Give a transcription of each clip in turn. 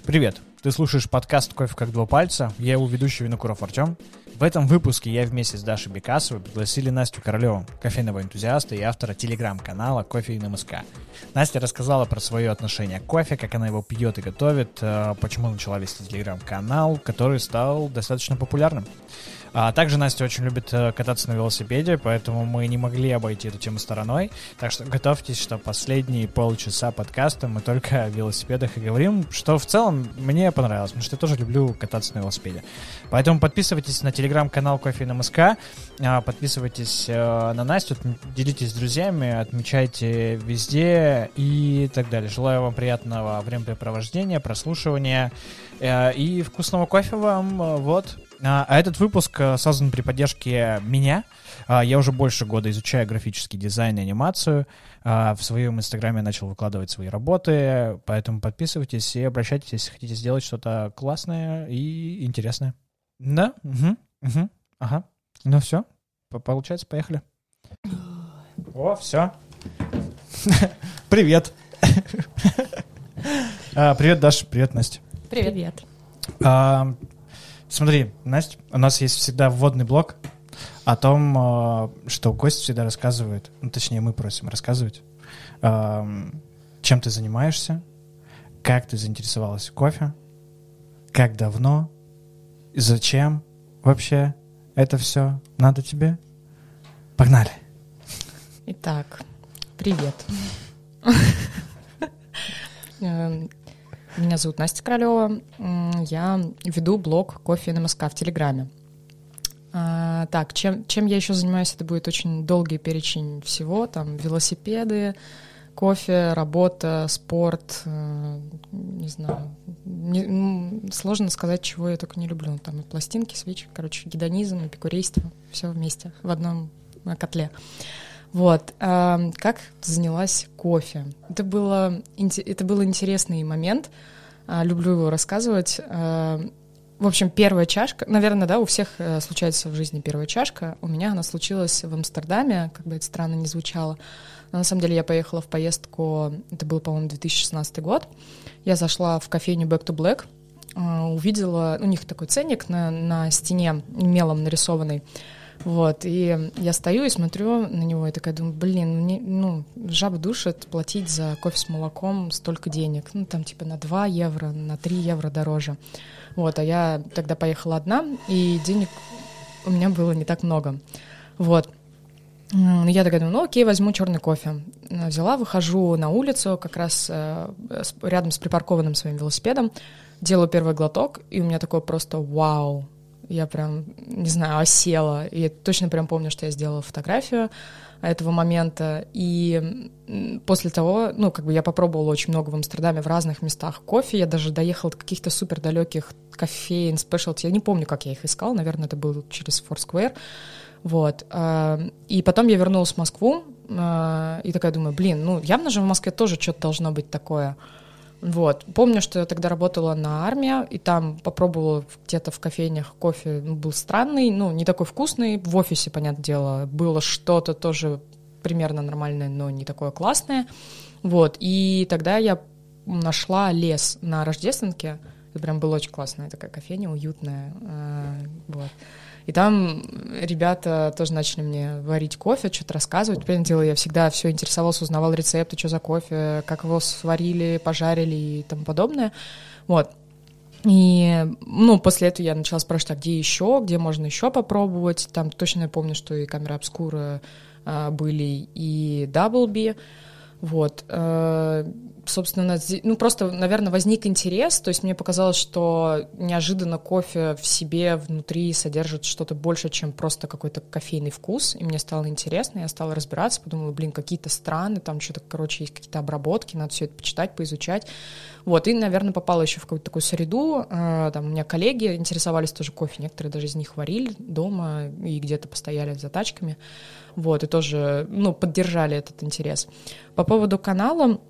Привет! Ты слушаешь подкаст «Кофе как два пальца». Я его ведущий Винокуров Артем. В этом выпуске я вместе с Дашей Бекасовой пригласили Настю Королеву, кофейного энтузиаста и автора телеграм-канала «Кофе МСК». Настя рассказала про свое отношение к кофе, как она его пьет и готовит, почему начала вести телеграм-канал, который стал достаточно популярным. А также Настя очень любит кататься на велосипеде, поэтому мы не могли обойти эту тему стороной. Так что готовьтесь, что последние полчаса подкаста мы только о велосипедах и говорим, что в целом мне понравилось, потому что я тоже люблю кататься на велосипеде. Поэтому подписывайтесь на телеграм-канал «Кофе МСК», подписывайтесь на Настю, делитесь с друзьями, отмечайте везде и так далее. Желаю вам приятного времяпрепровождения, прослушивания и вкусного кофе вам, вот. А этот выпуск создан при поддержке меня. Я уже больше года изучаю графический дизайн и анимацию. В своем инстаграме начал выкладывать свои работы, поэтому подписывайтесь и обращайтесь, если хотите сделать что-то классное и интересное. Да? Ага. Ну все, получается, поехали. О, все. Привет. Привет, Даша. Привет, Настя. Привет. Смотри, Настя, у нас есть всегда вводный блок о том, что гость всегда рассказывает, ну, точнее, мы просим рассказывать, чем ты занимаешься, как ты заинтересовалась кофе, как давно, и зачем вообще это все надо тебе. Погнали. Итак, привет. Меня зовут Настя Королева, я веду блог «Кофе МСК» в Телеграме. Так, чем я еще занимаюсь, это будет очень долгий перечень всего, там велосипеды, кофе, работа, спорт, не знаю, сложно сказать, чего я только не люблю, там и пластинки, свечи, короче, гедонизм, эпикурейство, все вместе в одном котле. Вот, как занялась кофе. Это был интересный момент, люблю его рассказывать. В общем, первая чашка, наверное, да, у всех случается в жизни первая чашка. У меня она случилась в Амстердаме, как бы это странно ни звучало. Но на самом деле я поехала в поездку, это был, по-моему, 2016 год. Я зашла в кофейню Back to Black, увидела, у них такой ценник на стене мелом нарисованный. Вот, и я стою и смотрю на него, и такая думаю, блин, жаба душит платить за кофе с молоком столько денег, там типа на 2 евро, на 3 евро дороже. Вот, а я тогда поехала одна, и денег у меня было не так много. Вот, я такая думаю, окей, возьму черный кофе. Взяла, выхожу на улицу, как раз рядом с припаркованным своим велосипедом, делаю первый глоток, и у меня такое просто вау. Я прям, не знаю, осела. И я точно прям помню, что я сделала фотографию этого момента. И после того, я попробовала очень много в Амстердаме в разных местах кофе. Я даже доехала до каких-то супер далеких кофеин, спешлти. Я не помню, как я их искала. Наверное, это было через Foursquare. Вот. И потом я вернулась в Москву. И такая думаю, явно же в Москве тоже что-то должно быть такое. Вот. Помню, что я тогда работала на армии, и там попробовала где-то в кофейнях кофе, был странный, не такой вкусный. В офисе, понятное дело, было что-то тоже примерно нормальное, но не такое классное. Вот. И тогда я нашла лес на Рождественке. Это прям было очень классная такая кофейня, уютная. Вот. И там ребята тоже начали мне варить кофе, что-то рассказывать. Понятное дело, я всегда все интересовалась, узнавала рецепты, что за кофе, как его сварили, пожарили и тому подобное. Вот. И, после этого я начала спрашивать, а где можно еще попробовать. Там точно я помню, что и камера обскура были, и Даблби. Вот. Собственно, просто, наверное, возник интерес, то есть мне показалось, что неожиданно кофе в себе внутри содержит что-то больше, чем просто какой-то кофейный вкус, и мне стало интересно, я стала разбираться, подумала, какие-то страны, там что-то, есть какие-то обработки, надо все это почитать, поизучать, вот, и, наверное, попала еще в какую-то такую среду, там у меня коллеги интересовались тоже кофе, некоторые даже из них варили дома и где-то постояли за тачками, вот, и тоже, поддержали этот интерес. По поводу канала,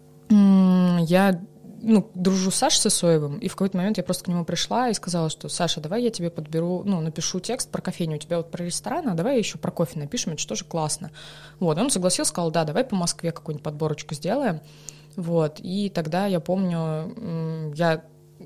я дружу с Сашей Сысоевым, и в какой-то момент я просто к нему пришла и сказала, что Саша, давай я тебе подберу, напишу текст про кофейню, у тебя вот про ресторан, а давай еще про кофе напишем, это же тоже классно. Вот, он согласился, сказал, да, давай по Москве какую-нибудь подборочку сделаем. Вот, и тогда я помню, я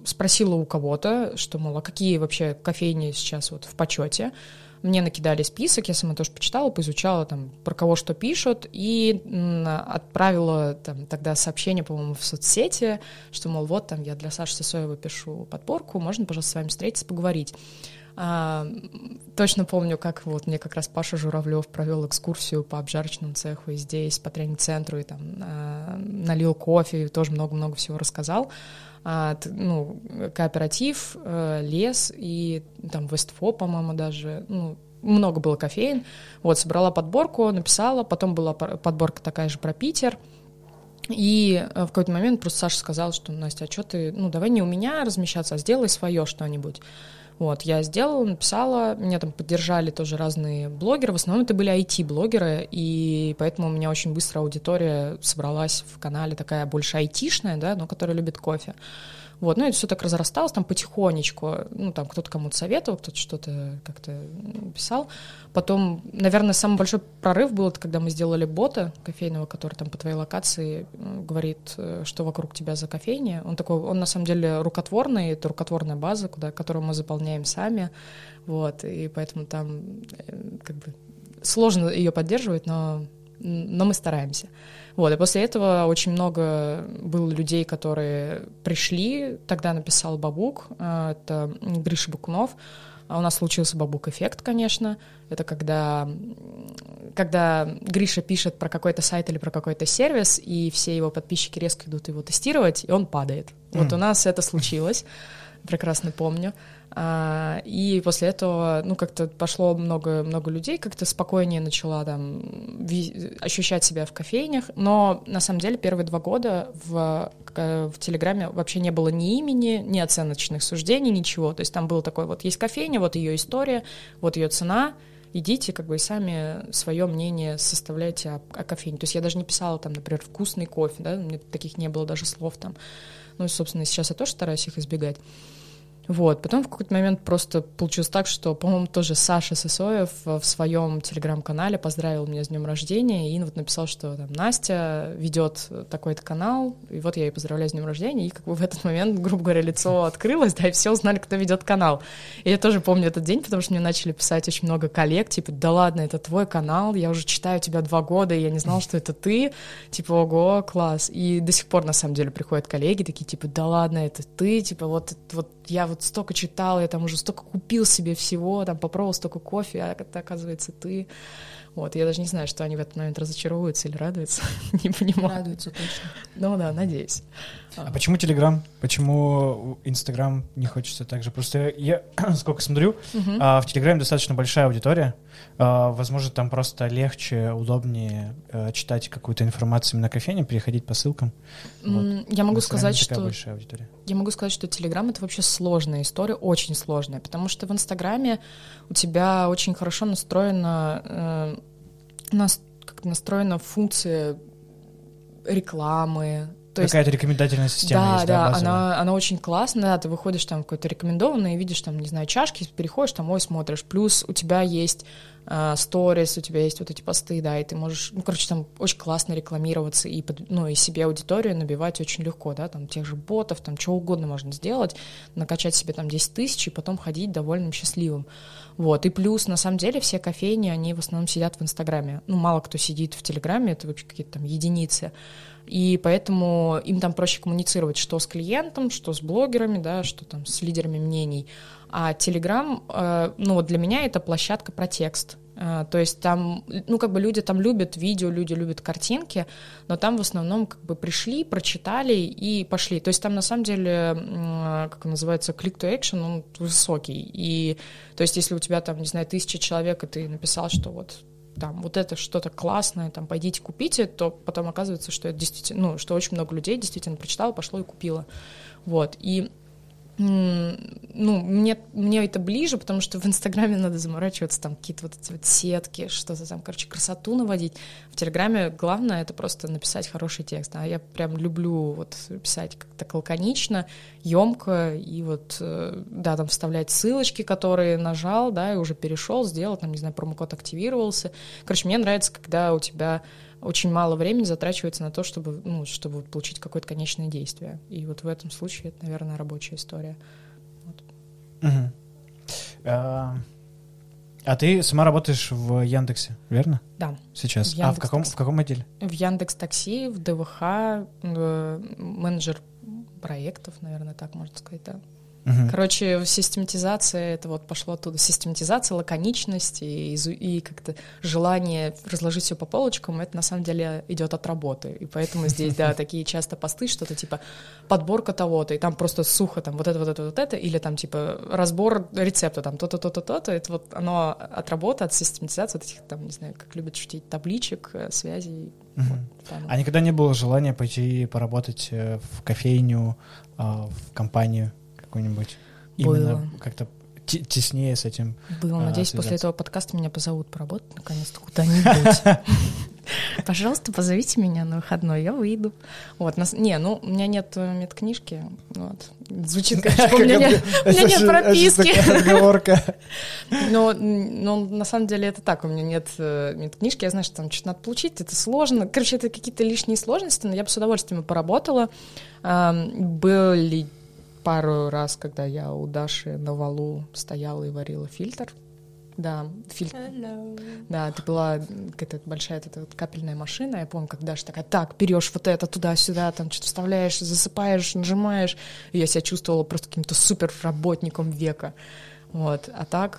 спросила у кого-то, что, мол, а какие вообще кофейни сейчас вот в почете. Мне накидали список, я сама тоже почитала, поизучала там, про кого что пишут, и отправила там, тогда сообщение, по-моему, в соцсети, что, мол, вот там я для Саши Сысоевой пишу подборку, можно, пожалуйста, с вами встретиться, поговорить. Точно помню, как вот мне как раз Паша Журавлев провел экскурсию по обжарочному цеху и здесь, по тренинг-центру, и там налил кофе, и тоже много-много всего рассказал. Ну, кооператив, лес и там Вестфо, по-моему, даже, ну, много было кофеин. Вот, собрала подборку, написала, потом была подборка такая же про Питер. И в какой-то момент просто Саша сказал, что, Настя, а что ты, ну, давай не у меня размещаться, а сделай свое что-нибудь. Вот, я сделала, написала, меня там поддержали тоже разные блогеры, в основном это были IT-блогеры, и поэтому у меня очень быстро аудитория собралась в канале такая больше айтишная, да, но которая любит кофе. Вот, ну, это все так разрасталось там потихонечку, ну, там кто-то кому-то советовал, кто-то что-то как-то писал. Потом, наверное, самый большой прорыв был, это когда мы сделали бота кофейного, который там по твоей локации говорит, что вокруг тебя за кофейня. Он такой, он на самом деле рукотворный, это рукотворная база, которую мы заполняем сами, вот, и поэтому там как бы сложно ее поддерживать, но мы стараемся. Вот, и после этого очень много было людей, которые пришли, тогда написал Бабук, это Гриша Бакунов, у нас случился Бабук-эффект, конечно, это когда Гриша пишет про какой-то сайт или про какой-то сервис, и все его подписчики резко идут его тестировать, и он падает. Вот у нас это случилось, прекрасно помню. И после этого, ну, как-то пошло много людей, как-то спокойнее начала там ощущать себя в кофейнях, но на самом деле первые 2 года в Телеграме вообще не было ни имени, ни оценочных суждений, ничего, то есть там было такое, вот есть кофейня, вот ее история, вот ее цена, идите как бы и сами свое мнение составляйте о кофейне, то есть я даже не писала там, например, вкусный кофе, да, у меня таких не было даже слов там, ну и, собственно, сейчас я тоже стараюсь их избегать. Вот, потом в какой-то момент просто получилось так, что, по-моему, тоже Саша Сысоев в своем телеграм-канале поздравил меня с днем рождения и вот написал, что там Настя ведет такой-то канал, и вот я ее поздравляю с днем рождения, и как бы в этот момент, грубо говоря, лицо открылось, да, и все узнали, кто ведет канал. И я тоже помню этот день, потому что мне начали писать очень много коллег, типа, да ладно, это твой канал, я уже читаю тебя 2 года, и я не знала, что это ты, типа, ого, класс. И до сих пор, на самом деле, приходят коллеги такие, типа, да ладно, это ты, типа, вот я вот столько читал, я там уже столько купил себе всего, там попробовал столько кофе, а это, оказывается, ты. Вот, я даже не знаю, что они в этот момент разочаровываются или радуются, не понимаю. Радуются точно. Ну да, надеюсь. А почему Телеграм? Почему Инстаграм не хочется так же? Просто я сколько смотрю, в Телеграме достаточно большая аудитория. Возможно, там просто легче, удобнее читать какую-то информацию именно на кофейне, переходить по ссылкам. Вот. Я могу сказать, что большая аудитория. Я могу сказать, что Телеграм — это вообще сложная история, очень сложная, потому что в Инстаграме у тебя очень хорошо настроена функция рекламы. Какая-то рекомендательная система есть, да, она очень классная, да, ты выходишь там какой-то рекомендованный и видишь там, не знаю, чашки, переходишь там, ой, смотришь, плюс у тебя есть сторис, у тебя есть вот эти посты, да, и ты можешь, ну, короче, там очень классно рекламироваться и, и себе аудиторию набивать очень легко, да, там тех же ботов, там что угодно можно сделать, накачать себе там 10 тысяч и потом ходить довольно счастливым. Вот, и плюс, на самом деле, все кофейни, они в основном сидят в Инстаграме, ну, мало кто сидит в Телеграме, это вообще какие-то там единицы, и поэтому им там проще коммуницировать что с клиентом, что с блогерами, да, что там с лидерами мнений. А Telegram, ну вот для меня это площадка про текст. То есть там, ну как бы люди там любят видео, люди любят картинки, но там в основном как бы пришли, прочитали и пошли. То есть там на самом деле, как он называется, click to action, он высокий. И то есть если у тебя там, не знаю, 1000 человек, и ты написал, что вот там вот это что-то классное, там пойдите купите, то потом оказывается, что это действительно, ну, что очень много людей действительно прочитало, пошло и купило. Вот. И ну, мне это ближе, потому что в Инстаграме надо заморачиваться, там какие-то вот эти вот сетки, что-то там, короче, красоту наводить. В Телеграме главное — это просто написать хороший текст. А я прям люблю вот писать как-то лаконично, емко, и вот, да, там вставлять ссылочки, которые нажал, да, и уже перешел, сделал, там, не знаю, промокод активировался. Короче, мне нравится, когда у тебя очень мало времени затрачивается на то, чтобы получить какое-то конечное действие. И вот в этом случае это, наверное, рабочая история. Вот. А ты сама работаешь в Яндексе, верно? Да. Сейчас. В каком отделе? В Яндекс.Такси, в ДВХ, менеджер проектов, наверное, так можно сказать, да. Короче, систематизация, это вот пошло оттуда. Систематизация, лаконичность и как-то желание разложить все по полочкам, это на самом деле идет от работы. И поэтому здесь, да, такие часто посты, что-то типа подборка того-то, и там просто сухо там вот это, или там типа разбор рецепта, там то-то, то-то, то-то. Это вот оно от работы, от систематизации, от этих там, не знаю, как любят шутить, табличек, связей. Вот, а никогда не было желания пойти поработать в кофейню, в компанию какую-нибудь? Именно как-то теснее с этим. Было. Надеюсь, после этого подкаста меня позовут поработать наконец-то куда-нибудь. Пожалуйста, позовите меня на выходной, я выйду. Вот. У меня нет медкнижки. Вот. Звучит как у меня нет прописки. Отговорка. Но на самом деле это так, у меня нет медкнижки, я знаю, что там что-то надо получить, это сложно. Короче, это какие-то лишние сложности, но я бы с удовольствием поработала. Были пару раз, когда я у Даши на валу стояла и варила фильтр. Да, да, это была какая-то большая капельная машина. Я помню, как Даша такая: так, берешь вот это туда-сюда, там что-то вставляешь, засыпаешь, нажимаешь. И я себя чувствовала просто каким-то супер работником века. Вот, а так...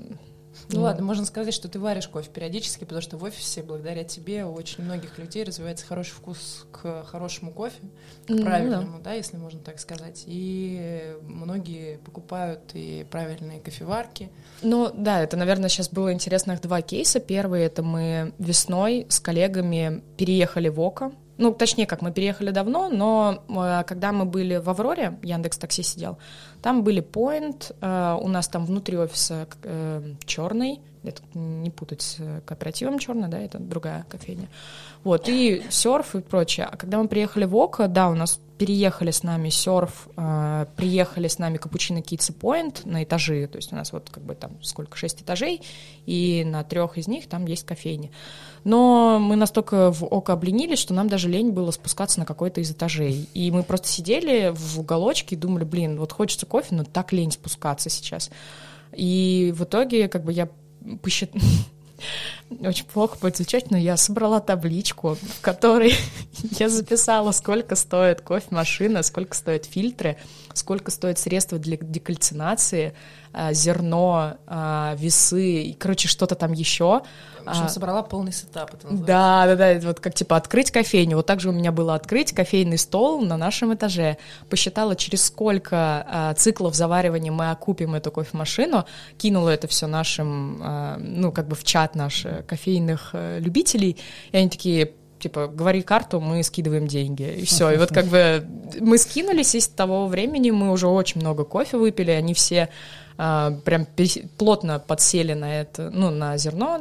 Ладно, можно сказать, что ты варишь кофе периодически, потому что в офисе благодаря тебе у очень многих людей развивается хороший вкус к хорошему кофе, к правильному, да, если можно так сказать. И многие покупают и правильные кофеварки. Да, это, наверное, сейчас было интересных два кейса. Первый — это мы весной с коллегами переехали в ОКО. Точнее, как, мы переехали давно, но когда мы были в «Авроре», Яндекс.Такси сидел, там были Point, у нас там внутри офиса Черный, это не путать с кооперативом Черный, да, это другая кофейня, вот, и Серф и прочее. А когда мы приехали в ОКО, да, у нас переехали с нами Серф, приехали с нами Капучино Китс и Point на этажи, то есть у нас вот как бы там 6 этажей, и на 3 из них там есть кофейни. Но мы настолько в ОКО обленились, что нам даже лень было спускаться на какой-то из этажей. И мы просто сидели в уголочке и думали: вот хочется кофе, но так лень спускаться сейчас. И в итоге как бы я посчитала... Очень плохо будет звучать, но я собрала табличку, в которой я записала, сколько стоит кофемашина, сколько стоят фильтры, сколько стоят средства для декальцинации, зерно, весы, и, короче, что-то там еще. В общем, собрала полный сетап. Да, вот как типа открыть кофейню. Вот так же у меня было открыть кофейный стол на нашем этаже. Посчитала, через сколько циклов заваривания мы окупим эту кофемашину, кинула это все нашим, в чат наш кофейных любителей, и они такие: типа, говори карту, мы скидываем деньги, и все. И вот как бы мы скинулись, и с того времени мы уже очень много кофе выпили, они все прям плотно подсели на это, на зерно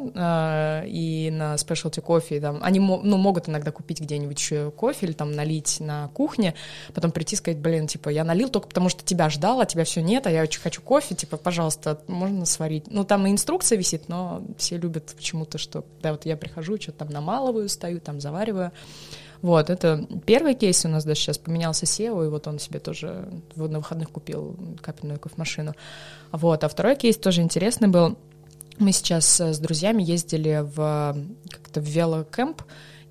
и на спешлти кофе. Там. Они могут иногда купить где-нибудь еще кофе или там налить на кухне, потом прийти и сказать: я налил только потому, что тебя ждал, а тебя все нет, а я очень хочу кофе, пожалуйста, можно сварить. Там и инструкция висит, но все любят почему-то, что когда вот я прихожу, что-то там намалываю, стою, там завариваю. Вот, это первый кейс. У нас даже сейчас поменялся SEO, и вот он себе тоже на выходных купил капельную кофемашину. Вот, а второй кейс тоже интересный был. Мы сейчас с друзьями ездили в велокэмп,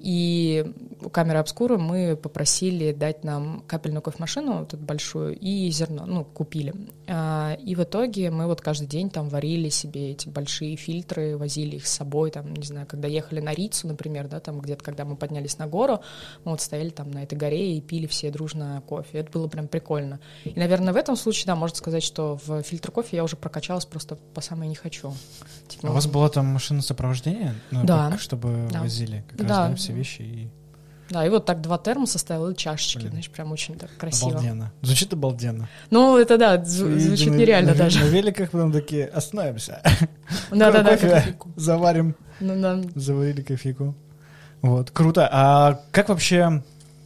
и у камеры Обскура мы попросили дать нам капельную кофемашину, вот эту большую, и зерно, купили. И в итоге мы вот каждый день там варили себе эти большие фильтры, возили их с собой, там, не знаю, когда ехали на Рицу, например, да, там где-то, когда мы поднялись на гору, мы вот стояли там на этой горе и пили все дружно кофе. Это было прям прикольно. И, наверное, в этом случае, да, можно сказать, что в фильтр кофе я уже прокачалась просто по самой не хочу. У вас была там машина сопровождения? Да. Чтобы возили как раз, все вещи и... Да, и вот так 2 термоса стояло, и чашечки, значит, прям очень так красиво. Обалденно. Звучит обалденно. Это да, звучит нереально даже. На великах потом такие: остановимся. Да. Заварим. Заварили кофейку. Вот, круто. А как вообще...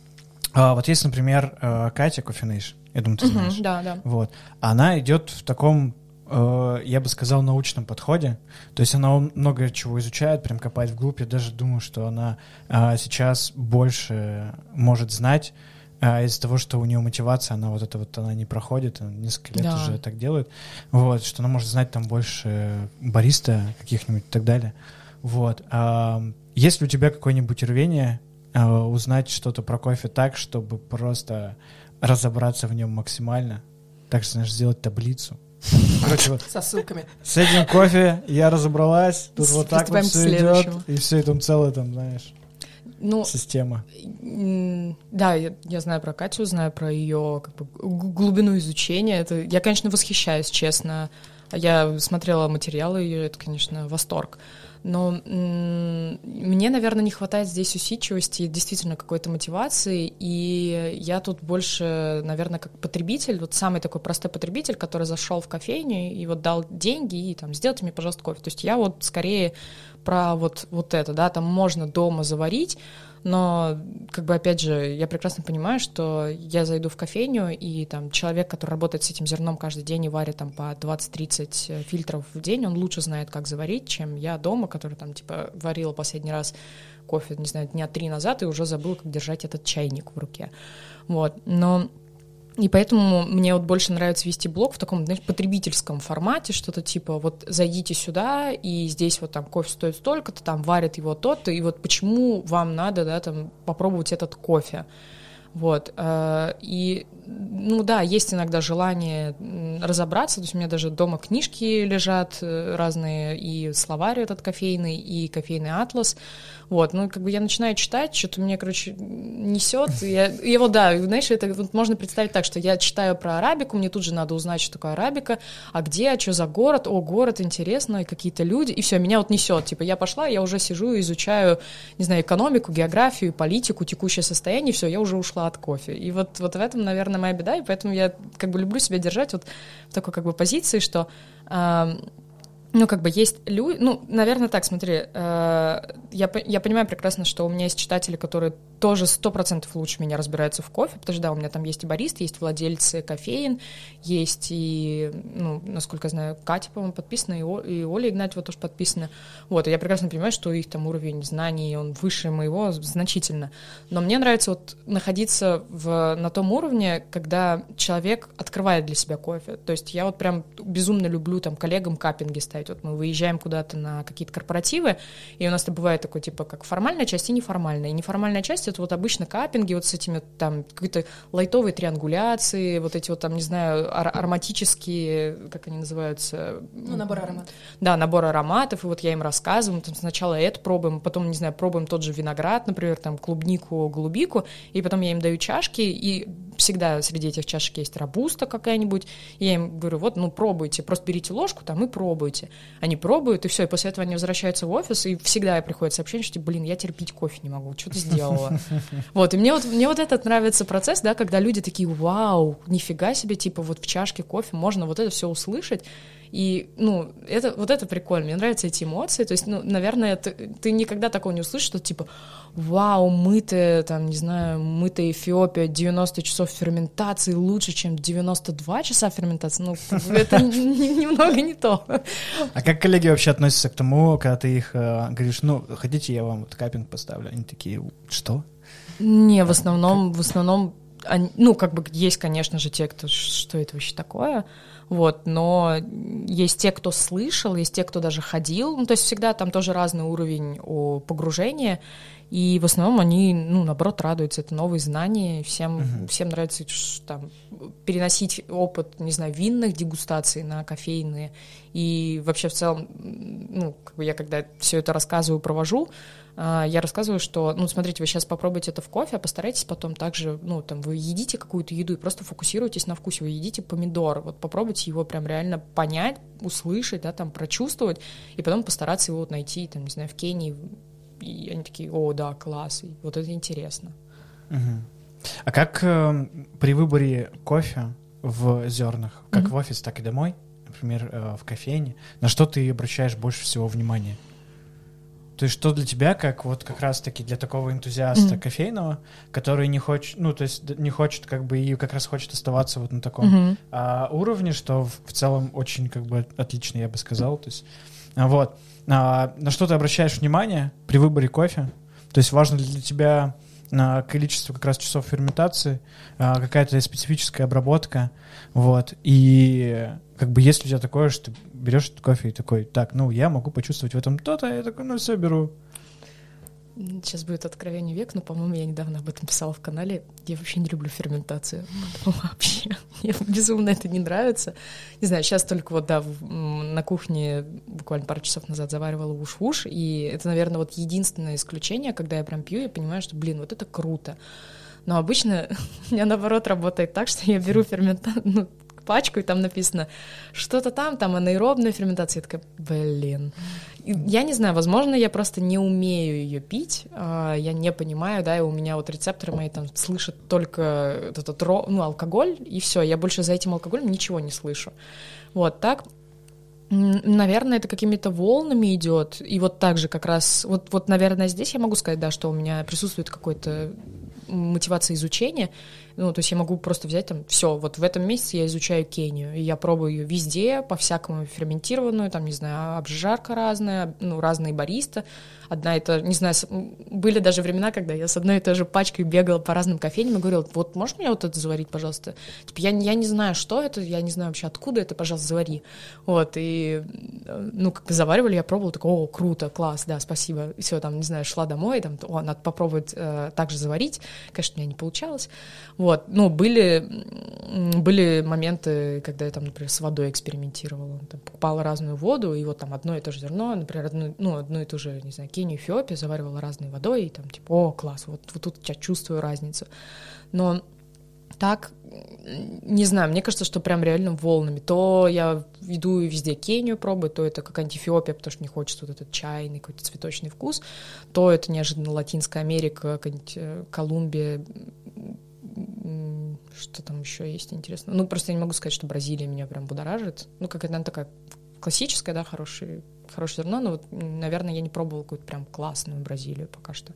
Вот есть, например, Катя Кофенейш, я думаю, ты знаешь. Да. Вот. Она идет в таком я бы сказал, научном подходе. То есть она много чего изучает, прям копает вглубь. Я даже думаю, что она сейчас больше может знать из-за того, что у нее мотивация, она не проходит, она несколько лет уже так делает. Вот, что она может знать там больше бариста каких-нибудь и так далее. Вот. Есть ли у тебя какое-нибудь рвение узнать что-то про кофе так, чтобы просто разобраться в нем максимально? Так что, знаешь, сделать таблицу. Короче, вот. Со ссылками. С этим кофе я разобралась, тут вот так вот все идет, и все, и там целая, там, знаешь, система. Да, я знаю про Катю, знаю про ее как бы глубину изучения. Я, конечно, восхищаюсь, честно. Я смотрела материалы ее, это, конечно, восторг. Но мне, наверное, не хватает здесь усидчивости, действительно какой-то мотивации, и я тут больше, наверное, как потребитель, вот самый такой простой потребитель, который зашел в кофейню и вот дал деньги, и там, сделайте мне, пожалуйста, кофе. То есть я вот скорее про вот это, да, там можно дома заварить, но, как бы, опять же, я прекрасно понимаю, что я зайду в кофейню, и там человек, который работает с этим зерном каждый день и варит там по 20-30 фильтров в день, он лучше знает, как заварить, чем я дома, который там, типа, варила последний раз кофе, не знаю, дня 3 назад, и уже забыла, как держать этот чайник в руке. Вот, но... И поэтому мне вот больше нравится вести блог в таком, знаешь, потребительском формате, что-то типа вот зайдите сюда, и здесь вот там кофе стоит столько-то, там варят его тот-то, и вот почему вам надо, да, там попробовать этот кофе. Вот. И, ну да, есть иногда желание разобраться, то есть у меня даже дома книжки лежат разные, и словарь этот кофейный, и кофейный атлас. Вот, ну, как бы я начинаю читать, что-то мне, короче, несет. И вот, да, знаешь, это вот можно представить так, что я читаю про арабику, мне тут же надо узнать, что такое арабика, а где, а что за город, город, интересно, и какие-то люди, и все, меня вот несет. Типа я пошла, я уже сижу и изучаю, не знаю, экономику, географию, политику, текущее состояние, все, я уже ушла от кофе. И вот в этом, наверное, моя беда, и поэтому я как бы люблю себя держать вот в такой как бы позиции, что... Ну, как бы есть люди... Ну, наверное, так, смотри, я понимаю прекрасно, что у меня есть читатели, которые тоже 100% лучше меня разбираются в кофе, потому что, да, у меня там есть и баристы, есть владельцы кофеин, есть и, ну, насколько я знаю, Катя, по-моему, подписана, и Оля Игнатьева тоже подписана. Вот, и я прекрасно понимаю, что их там уровень знаний, он выше моего значительно. Но мне нравится вот находиться на том уровне, когда человек открывает для себя кофе. То есть я вот прям безумно люблю там коллегам каппинги ставить. Вот мы выезжаем куда-то на какие-то корпоративы, и у нас это бывает такой, типа, как формальная часть и неформальная. И неформальная часть — это вот обычно каппинги вот с этими там какие-то лайтовые триангуляции, вот эти вот там, не знаю, ароматические, как они называются? Ну, набор ароматов. Да, набор ароматов, и вот я им рассказываю, там сначала это пробуем, потом, не знаю, пробуем тот же виноград, например, там клубнику, голубику, и потом я им даю чашки, и всегда среди этих чашек есть робуста какая-нибудь, и я им говорю, вот, ну, пробуйте, просто берите ложку там и пробуйте. Они пробуют, и все, и после этого они возвращаются в офис, и всегда приходит сообщение, что, блин, я терпеть кофе не могу, что ты сделала? Вот, и мне вот этот нравится процесс, да, когда люди такие, вау, нифига себе, типа, вот в чашке кофе можно вот это все услышать, и, ну, это прикольно, мне нравятся эти эмоции, то есть, ну, наверное, ты никогда такого не услышишь, что, типа, вау, мытая Эфиопия, 90 часов ферментации лучше, чем 92 часа ферментации, ну, это немного не то. А как коллеги вообще относятся к тому, когда ты их говоришь, ну, хотите, я вам вот каппинг поставлю? Они такие, что? Не, в основном, ну, как бы есть, конечно же, те, кто, что это вообще такое, вот, но есть те, кто слышал, есть те, кто даже ходил, ну, то есть всегда там тоже разный уровень погружения, и в основном они, ну, наоборот, радуются, это новые знания, всем нравится там переносить опыт, не знаю, винных дегустаций на кофейные, и вообще в целом, ну, как бы я когда все это рассказываю, провожу, я рассказываю, что, ну, смотрите, вы сейчас попробуйте это в кофе, а постарайтесь потом также, ну, там, вы едите какую-то еду и просто фокусируйтесь на вкусе, вы едите помидор, вот попробуйте его прям реально понять, услышать, да, там, прочувствовать, и потом постараться его вот найти, там, не знаю, в Кении, и они такие, о, да, класс, и вот это интересно. А как при выборе кофе в зернах, как в офис, так и домой, например, в кофейне, на что ты обращаешь больше всего внимания? То есть что для тебя, как раз-таки для такого энтузиаста кофейного, который не хочет, то есть не хочет и как раз хочет оставаться вот на таком уровне, что в целом очень отлично, я бы сказал. То есть, вот. На что ты обращаешь внимание при выборе кофе? То есть важно для тебя количество как раз часов ферментации, какая-то специфическая обработка, вот. И есть ли у тебя такое, что ты берешь этот кофе и такой, так, я могу почувствовать в этом то-то, я такой, все, беру. Сейчас будет откровение век, но, по-моему, я недавно об этом писала в канале. Я вообще не люблю ферментацию. Вообще. Мне безумно это не нравится. Не знаю, сейчас только на кухне буквально пару часов назад заваривала уш-уш, и это, наверное, единственное исключение, когда я прям пью, я понимаю, что, вот это круто. Но обычно у меня, наоборот, работает так, что я беру пачку, и там написано что-то там анаэробная ферментация. Я такая, Я не знаю, возможно, я просто не умею ее пить, я не понимаю, и у меня рецепторы мои там слышат только этот алкоголь, и все, я больше за этим алкоголем ничего не слышу. Вот так. Наверное, это какими-то волнами идет, и так же как раз, наверное, здесь я могу сказать, что у меня присутствует какой-то мотивация изучения, то есть я могу просто взять все, в этом месяце я изучаю Кению, и я пробую ее везде, по-всякому ферментированную, не знаю, обжарка разная, разные бариста, одна и та, не знаю, были даже времена, когда я с одной и той же пачкой бегала по разным кофейням и говорила, можешь мне это заварить, пожалуйста? Я не знаю, что это, я не знаю вообще, откуда это, пожалуйста, завари. И, заваривали, я пробовала, такой, круто, класс, да, спасибо. И все, не знаю, шла домой, надо попробовать так же заварить. Конечно, у меня не получалось. Были моменты, когда я например, с водой экспериментировала, покупала разную воду, и одно и то же зерно, например, одну и ту же, не знаю, Кению, Эфиопию, заваривала разной водой, и класс, вот тут я чувствую разницу. Но так, не знаю, мне кажется, что прям реально волнами. То я иду и везде Кению пробую, то это какая-нибудь Эфиопия, потому что не хочется этот чайный какой-то цветочный вкус, то это неожиданно Латинская Америка, какая-нибудь Колумбия, что там еще есть интересно. Просто я не могу сказать, что Бразилия меня прям будоражит. Какая-то она такая классическая, хорошее зерно, но наверное, я не пробовала какую-то прям классную Бразилию пока что.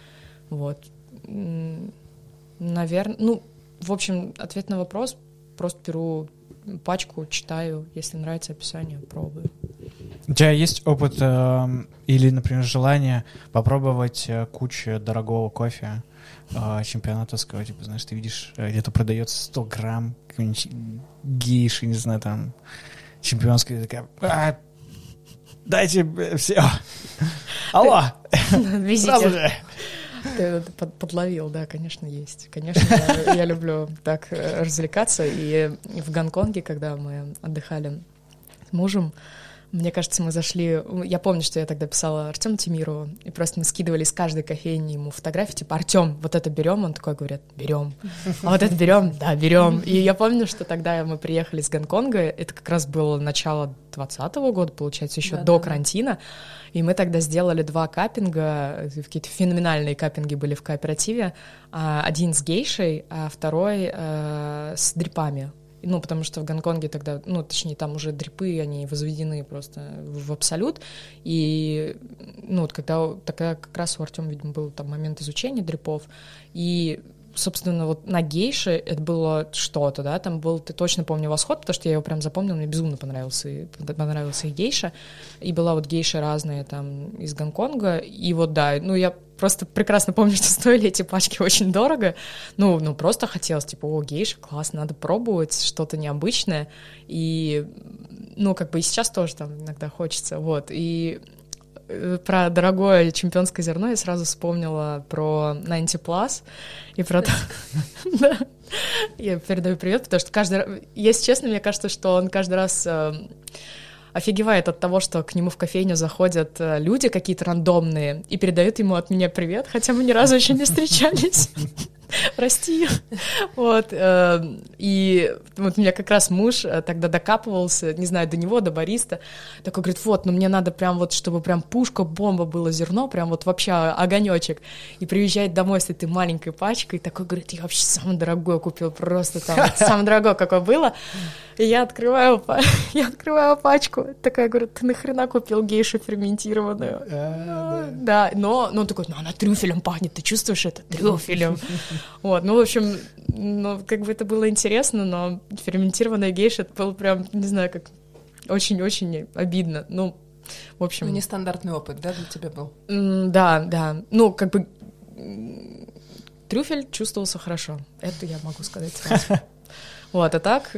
Наверное, в общем, ответ на вопрос, просто беру пачку, читаю, если нравится описание, пробую. У тебя есть опыт или, например, желание попробовать кучу дорогого кофе чемпионатовского, знаешь, ты видишь, где-то продается 100 грамм какой-нибудь гейши, не знаю, чемпионская, такая, дайте все, алло, сразу же. Ты подловил, да, конечно, есть. Конечно, я люблю так развлекаться. И в Гонконге, когда мы отдыхали с мужем, мне кажется, мы зашли... Я помню, что я тогда писала Артему Тимирову, и просто мы скидывали из каждой кофейни ему фотографии, Артем, вот это берем? Он такой говорит, берем. А вот это берем? Да, берем. И я помню, что тогда мы приехали из Гонконга, это как раз было начало 2020 года, получается, еще до карантина, и мы тогда сделали 2 каппинга, какие-то феноменальные каппинги были в кооперативе, один с гейшей, а второй с дрипами. Потому что в Гонконге тогда, точнее, там уже дрипы, они возведены просто в абсолют, и, когда как раз у Артёма, видимо, был там момент изучения дрипов, и, собственно, на гейше это было что-то, да, там был, ты точно помню, восход, потому что я его прям запомнила, мне безумно понравился и гейша, и была гейша разная там из Гонконга, и да, я просто прекрасно помню, что стоили эти пачки очень дорого, просто хотелось, гейша, класс, надо пробовать что-то необычное, и, и сейчас тоже там иногда хочется, и про дорогое чемпионское зерно я сразу вспомнила про 90+, и про то... Я передаю привет, потому что если честно, мне кажется, что он каждый раз офигевает от того, что к нему в кофейню заходят люди какие-то рандомные и передают ему от меня привет, хотя мы ни разу еще не встречались. Прости. И меня как раз муж тогда докапывался, не знаю, до него, до бариста, такой говорит, мне надо прям чтобы прям пушка-бомба было зерно, прям вообще огонечек. И приезжает домой с этой маленькой пачкой, и такой говорит, я вообще самое дорогое купил, просто там, самое дорогое, какое было. И я открываю пачку, такая, говорю, ты нахрена купил гейшу ферментированную? Да, но он такой, она трюфелем пахнет, ты чувствуешь это? Трюфелем. Вот, в общем, как бы это было интересно, но ферментированная гейша, это было прям, не знаю, как очень-очень обидно. В общем... нестандартный опыт, да, для тебя был? Да. Как бы трюфель чувствовался хорошо. Это я могу сказать сразу. Вот, а так...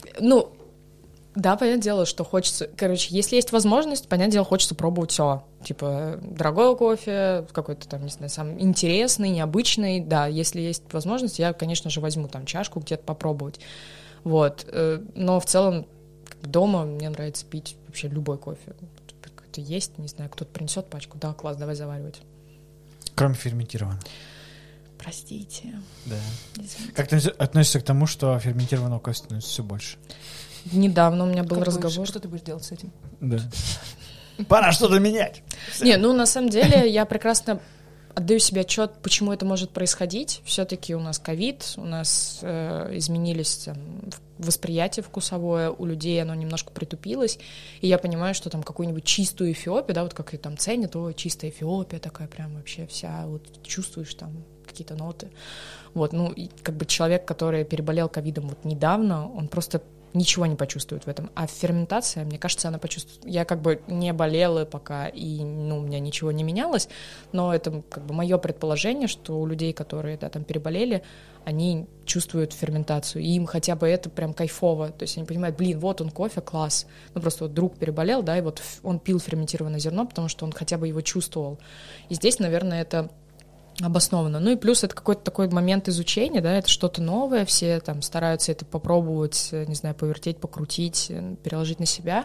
Да, понятное дело, что хочется... Короче, если есть возможность, понятное дело, хочется пробовать все. Типа, дорогой кофе, какой-то там, не знаю, сам интересный, необычный. Да, если есть возможность, я, конечно же, возьму там чашку где-то попробовать. Вот. Но в целом дома мне нравится пить вообще любой кофе. Какой-то есть, не знаю, кто-то принесет пачку. Да, класс, давай заваривать. Кроме ферментированного. Простите. Да. Извините. Как ты относишься к тому, что ферментированного кофе становится все больше? Недавно у меня был разговор. Что ты будешь делать с этим? Да. Пора что-то менять. Не, на самом деле я прекрасно отдаю себе отчет, почему это может происходить. Все-таки у нас ковид, у нас изменились восприятие вкусовое у людей, оно немножко притупилось, и я понимаю, что там какую-нибудь чистую Эфиопию, да, вот как ее там ценят, чистая Эфиопия такая прям вообще вся, вот чувствуешь там какие-то ноты. Вот, и как бы человек, который переболел ковидом вот недавно, он просто ничего не почувствует в этом. А ферментация, мне кажется, она почувствует. Я как бы не болела пока, и у меня ничего не менялось, но это как бы мое предположение, что у людей, которые там переболели, они чувствуют ферментацию, и им хотя бы это прям кайфово. То есть они понимают, вот он кофе, класс. Просто вот друг переболел, да, и вот он пил ферментированное зерно, потому что он хотя бы его чувствовал. И здесь, наверное, это обоснованно. И плюс это какой-то такой момент изучения, да, это что-то новое, все там стараются это попробовать, не знаю, повертеть, покрутить, переложить на себя.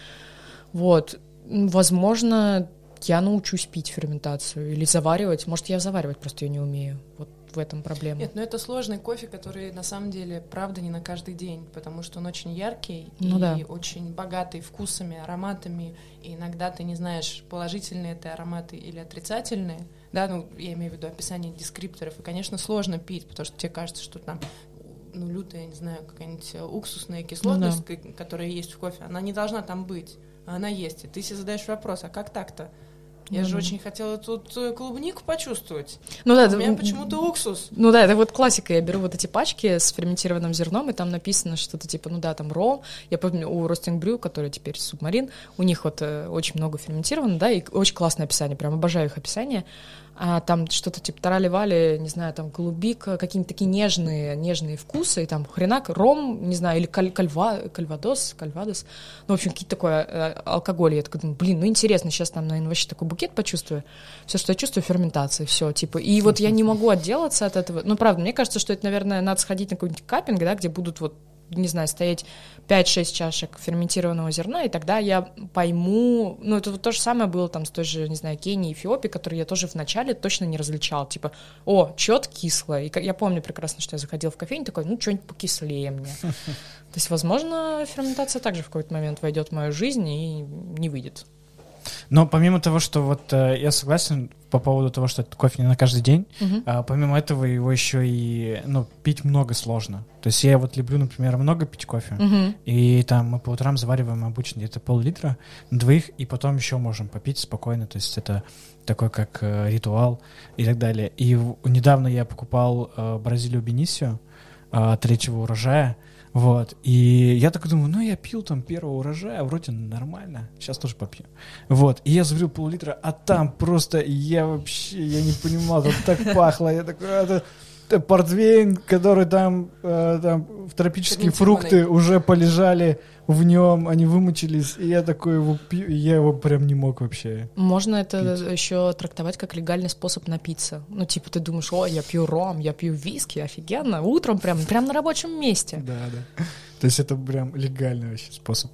Вот. Возможно, я научусь пить ферментацию или заваривать. Может, я заваривать просто ее не умею. Вот в этом проблема. Нет, это сложный кофе, который на самом деле, правда, не на каждый день, потому что он очень яркий очень богатый вкусами, ароматами, и иногда ты не знаешь, положительные это ароматы или отрицательные, да, я имею в виду описание дескрипторов, и, конечно, сложно пить, потому что тебе кажется, что там лютая, я не знаю, какая-нибудь уксусная кислотность, которая есть в кофе, она не должна там быть, а она есть, и ты себе задаешь вопрос, а как так-то? Я же очень хотела тут клубнику почувствовать. У меня почему-то уксус. Это вот классика. Я беру вот эти пачки с ферментированным зерном, и там написано что-то типа, там ром. Я помню, у Roasting Brew, который теперь Субмарин, у них вот очень много ферментировано, да, и очень классное описание, прям обожаю их описание. А там что-то типа тарали-вали, не знаю, там голубика, какие-нибудь такие нежные вкусы, и там хренак, ром, не знаю, или кальвадос, в общем, какие-то такое алкоголь. Я такой думаю, интересно, сейчас там, наверное, вообще такой букет почувствую. Все, что я чувствую, ферментация, все, типа. И вот я не могу отделаться от этого. Правда, мне кажется, что это, наверное, надо сходить на какой-нибудь каппинг, да, где будут вот, не знаю, стоять 5-6 чашек ферментированного зерна, и тогда я пойму... это вот то же самое было там с той же, не знаю, Кенией, Эфиопией, которую я тоже вначале точно не различала. Типа, чё-то кислое. И я помню прекрасно, что я заходила в кофейню, такой, что-нибудь покислее мне. То есть, возможно, ферментация также в какой-то момент войдет в мою жизнь и не выйдет. Но помимо того, что вот я согласен по поводу того, что это кофе не на каждый день, помимо этого его еще и пить много сложно. То есть я вот люблю, например, много пить кофе, и там мы по утрам завариваем обычно где-то пол-литра на двоих, и потом еще можем попить спокойно. То есть это такой как ритуал и так далее. И недавно я покупал Бразилию Бенисио 3-го урожая. Вот, и я такой думаю, я пил там первого урожая, вроде нормально, сейчас тоже попью. Вот, и я заварил пол-литра, а там просто я не понимал, там так пахло, я такой, это портвейн, который там тропические фрукты уже полежали в нем, они вымочились, и я такой его пью, и я его прям не мог вообще. Можно это еще трактовать как легальный способ напиться. Ты думаешь, я пью ром, я пью виски, офигенно, утром прям на рабочем месте. Да. То есть это прям легальный вообще способ.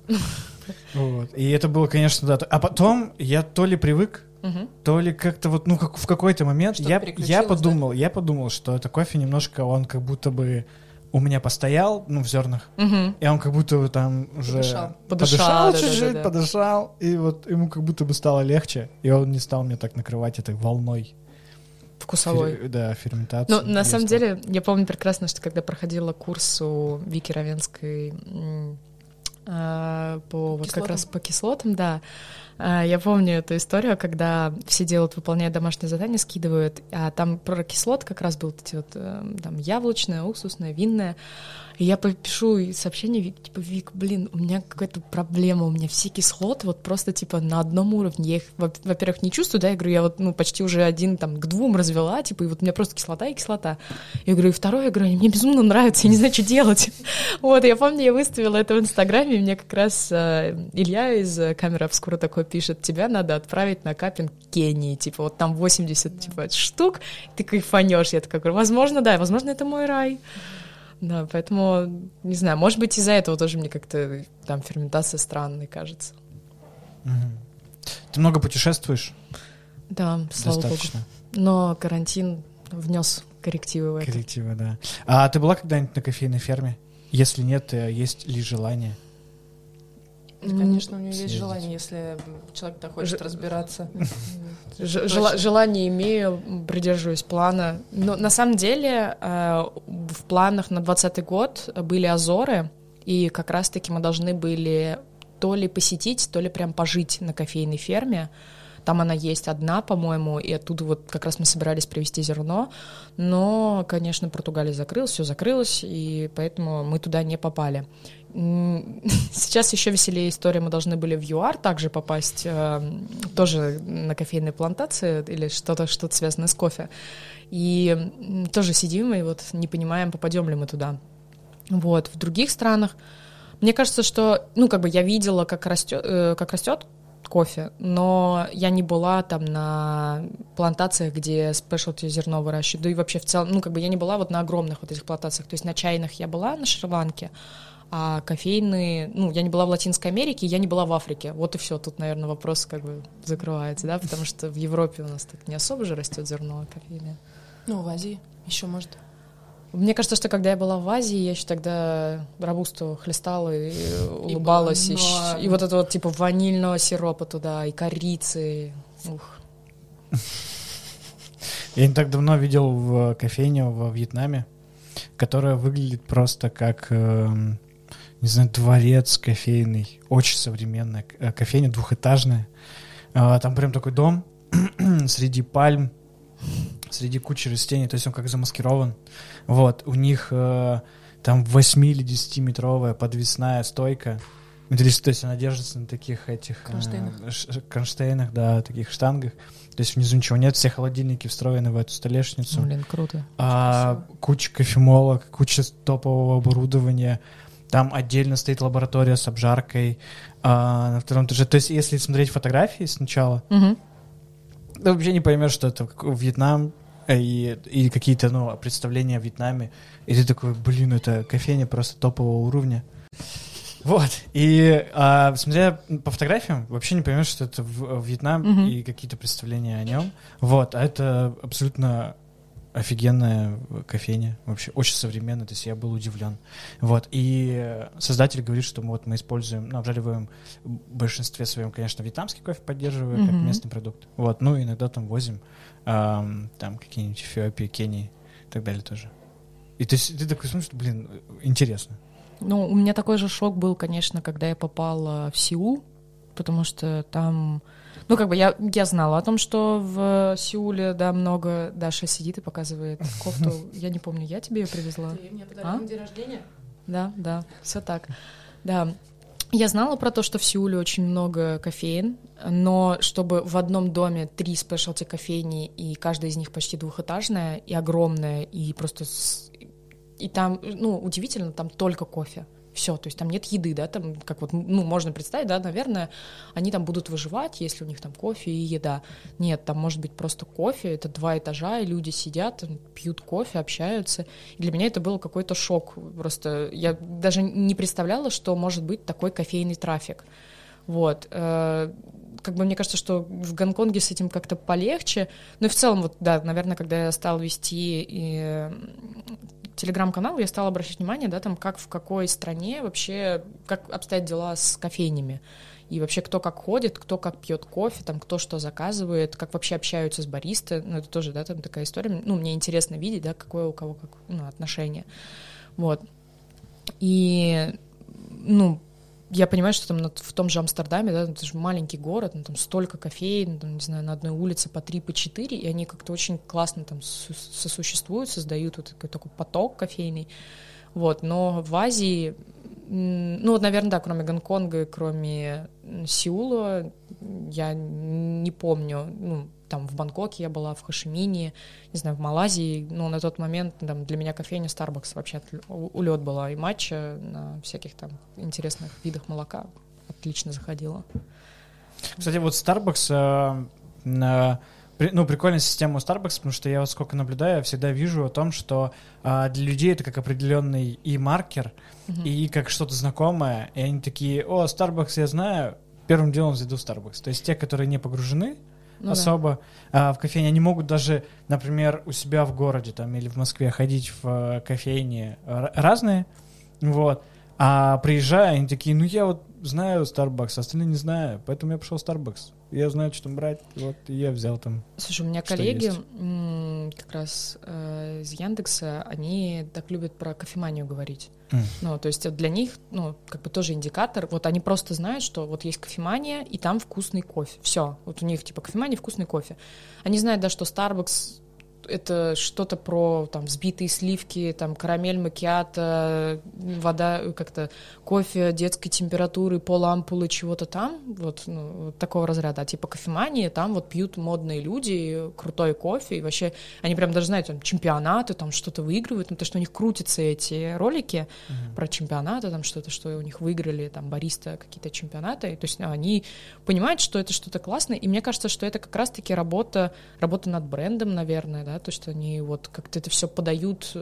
Вот. И это было, конечно, да. А потом я то ли привык, то ли как-то вот, как в какой-то момент я подумал, что это кофе немножко, он как будто бы у меня постоял, в зернах, и он как будто там уже подышал чуть-чуть, подышал, и вот ему как будто бы стало легче, и он не стал мне так накрывать этой волной. Вкусовой. Ферментацию. На самом деле, я помню прекрасно, что когда проходила курс у Вики Равенской вот как раз по кислотам, да. Я помню эту историю, когда все делают, выполняют домашнее задание, скидывают, а там про кислоты как раз было эти вот там яблочное, уксусное, винное. И я пишу сообщение, типа, Вик, блин, у меня какая-то проблема, у меня все кислоты вот просто, типа, на одном уровне. Я их, во-первых, не чувствую, да, я говорю, я вот, почти уже 1 там, к 2 развела, типа, и вот у меня просто кислота и кислота. Я говорю, и второе, я говорю, мне безумно нравится, я не знаю, что делать. Вот, я помню, я выставила это в Инстаграме, и мне как раз Илья из камеры обскура такой пишет, тебя надо отправить на капинг Кении, типа, вот там 80 типа, штук, ты кайфанешь. Я такая говорю, возможно, да, возможно, это мой рай. Да, поэтому, не знаю, может быть, из-за этого тоже мне как-то там ферментация странной кажется. Ты много путешествуешь? Да, слава богу. Но карантин внес коррективы в это. Коррективы, да. А ты была когда-нибудь на кофейной ферме? Если нет, есть ли желание? Конечно, у нее есть желание, если человек-то хочет разбираться. Желание имею, придерживаюсь плана. Но на самом деле в планах на 2020 год были Азоры, и как раз-таки мы должны были то ли посетить, то ли прям пожить на кофейной ферме. Там она есть одна, по-моему, и оттуда вот как раз мы собирались привезти зерно. Но, конечно, Португалия закрылась, все закрылось, и поэтому мы туда не попали. Сейчас еще веселее история. Мы должны были в ЮАР также попасть, тоже на кофейные плантации или что-то связанное с кофе. И тоже сидим и вот не понимаем, попадем ли мы туда. Вот. В других странах, мне кажется, что, я видела, как растет кофе, но я не была там на плантациях, где спешлти зерно выращивают, да и вообще в целом, я не была вот на огромных вот этих плантациях, то есть на чайных я была на Шри-Ланке, а кофейные, я не была в Латинской Америке, я не была в Африке, вот и все, тут, наверное, вопрос закрывается, да, потому что в Европе у нас так не особо же растет зерно кофейное. В Азии еще может. Мне кажется, что когда я была в Азии, я еще тогда робусту хлестала и улыбалась. И вот это вот типа ванильного сиропа туда, и корицы. Ух. Я не так давно видел в кофейню во Вьетнаме, которая выглядит просто как, не знаю, дворец кофейный. Очень современная кофейня, двухэтажная. Там прям такой дом среди пальм, среди кучи растений, то есть он как замаскирован. Вот, у них там 8 или 10-метровая подвесная стойка. То есть она держится на таких этих кронштейнах, да, таких штангах. То есть внизу ничего нет, все холодильники встроены в эту столешницу. Блин, круто. Куча кофемолок, куча топового оборудования. Там отдельно стоит лаборатория с обжаркой. На втором этаже. То есть если смотреть фотографии сначала, ты вообще не поймешь, что это Вьетнам и какие-то представления о Вьетнаме. И ты такой, блин, это кофейня просто топового уровня. Вот. И смотря по фотографиям, вообще не поймешь, что это Вьетнам и какие-то представления о нем. Вот. А это абсолютно офигенная кофейня. Вообще очень современная. То есть я был удивлен. Вот. И создатель говорит, что мы используем, обжариваем в большинстве своем, конечно, вьетнамский кофе поддерживаем как местный продукт. Вот. Иногда там возим там какие-нибудь Эфиопии, Кении и так далее тоже. И то есть ты такой смотришь, блин, интересно. У меня такой же шок был, конечно, когда я попала в Сеул, потому что там... я знала о том, что в Сеуле, да, много... Даша сидит и показывает кофту. Я не помню, я тебе ее привезла? Ты мне подарила на день рождения? Да, все так. Да. Я знала про то, что в Сеуле очень много кофеин, но чтобы в одном доме 3 спешлти кофейни, и каждая из них почти двухэтажная и огромная, и просто... И там, удивительно, там только кофе. Все, то есть там нет еды, да, там, как можно представить, да, наверное, они там будут выживать, если у них там кофе и еда. Нет, там может быть просто кофе, это 2 этажа, и люди сидят, пьют кофе, общаются. И для меня это был какой-то шок. Просто я даже не представляла, что может быть такой кофейный трафик. Вот. Мне кажется, что в Гонконге с этим как-то полегче. Но и в целом, наверное, когда я стала вести телеграм-канал, я стала обращать внимание, да, там, как в какой стране вообще, как обстоят дела с кофейнями. И вообще, кто как ходит, кто как пьет кофе, там, кто что заказывает, как вообще общаются с бариста. Это тоже, да, там такая история. Мне интересно видеть, да, какое у кого отношение. Вот. И, я понимаю, что там в том же Амстердаме, да, это же маленький город, там столько кофеин, там, не знаю, на одной улице по 3, по 4, и они как-то очень классно там сосуществуют, создают вот такой поток кофейный. Вот, но в Азии, ну, вот, наверное, да, кроме Гонконга, кроме Сеула, я не помню, ну, там в Бангкоке я была, в Хошимине, не знаю, в Малайзии, но на тот момент там, для меня кофейня Starbucks вообще улет была, и матча на всяких там интересных видах молока отлично заходила. Кстати, вот Starbucks, ну, прикольная система у Starbucks, потому что я вот сколько наблюдаю, я всегда вижу о том, что для людей это как определенный и маркер, и как что-то знакомое, и они такие: о, Starbucks я знаю, первым делом зайду в Starbucks. То есть те, которые не погружены особо в кофейне, они могут даже, например, у себя в городе там или в Москве ходить в кофейни разные, вот, а приезжая, они такие: ну я вот знаю Starbucks, остальные не знаю, поэтому я пошел в Starbucks. Я знаю, что там брать, вот, и я взял там. Слушай, у меня коллеги как раз из Яндекса, они так любят про кофеманию говорить. Ну, то есть для них, ну, как бы тоже индикатор. Вот они просто знают, что вот есть кофемания, и там вкусный кофе. Все. Вот у них типа кофемания, вкусный кофе. Они знают, да, что Starbucks — это что-то про там взбитые сливки, там карамель макиато, вода, как-то кофе детской температуры, пол-ампулы, чего-то там, вот, ну, вот такого разряда. А типа кофемании, там вот пьют модные люди крутой кофе, и вообще они прям даже знают, там, чемпионаты, там что-то выигрывают, ну, то, что у них крутятся эти ролики про чемпионаты, там что-то, что у них выиграли, там, бариста какие-то чемпионаты, то есть они понимают, что это что-то классное, и мне кажется, что это как раз-таки работа над брендом, наверное, да, то, что они вот как-то это все подают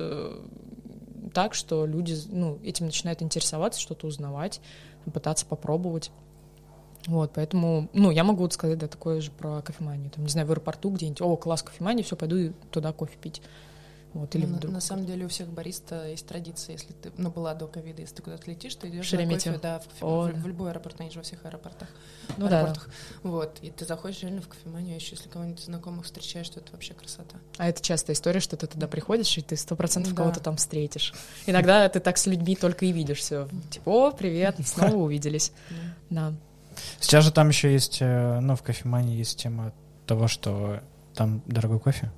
так, что люди, ну, этим начинают интересоваться, что-то узнавать, пытаться попробовать. Вот, поэтому, ну, я могу вот сказать, да, такое же про кофеманию. Там, не знаю, в аэропорту где-нибудь: о, класс, кофемания, все, пойду туда кофе пить. Вот, или на самом деле у всех бариста есть традиция, если ты, ну, была до ковида, если ты куда-то летишь, ты идешь за кофе, да, в любой аэропорт, они же во всех аэропортах. Ну да. Вот, и ты заходишь реально в кофеманию, еще если кого-нибудь знакомых встречаешь, то это вообще красота. А это частая история, что ты туда приходишь, и ты 100% кого-то там встретишь. Иногда ты так с людьми только и видишь все. Типа: о, привет, снова увиделись. Да. Сейчас же там еще есть, ну, в кофемании есть тема того, что там дорогой кофе,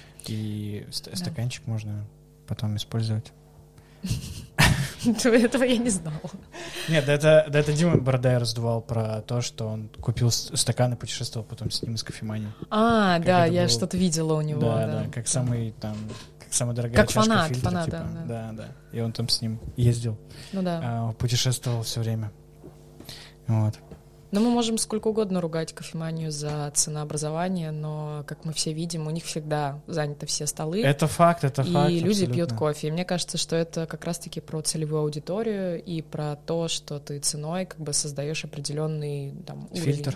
и стаканчик можно потом использовать. Этого я не знала. Нет, это Дима Бородай раздувал про то, что он купил стакан и путешествовал потом с ним из кофемании. Да, я что-то видела у него. Да, как самая дорогая чашка фильтра. Фанат, типа. Да. И он там с ним ездил, путешествовал все время. Вот. Но мы можем сколько угодно ругать кофеманию за ценообразование, но, как мы все видим, у них всегда заняты все столы. Это факт. И люди пьют кофе. И мне кажется, что это как раз-таки про целевую аудиторию и про то, что ты ценой как бы создаешь определенный там фильтр.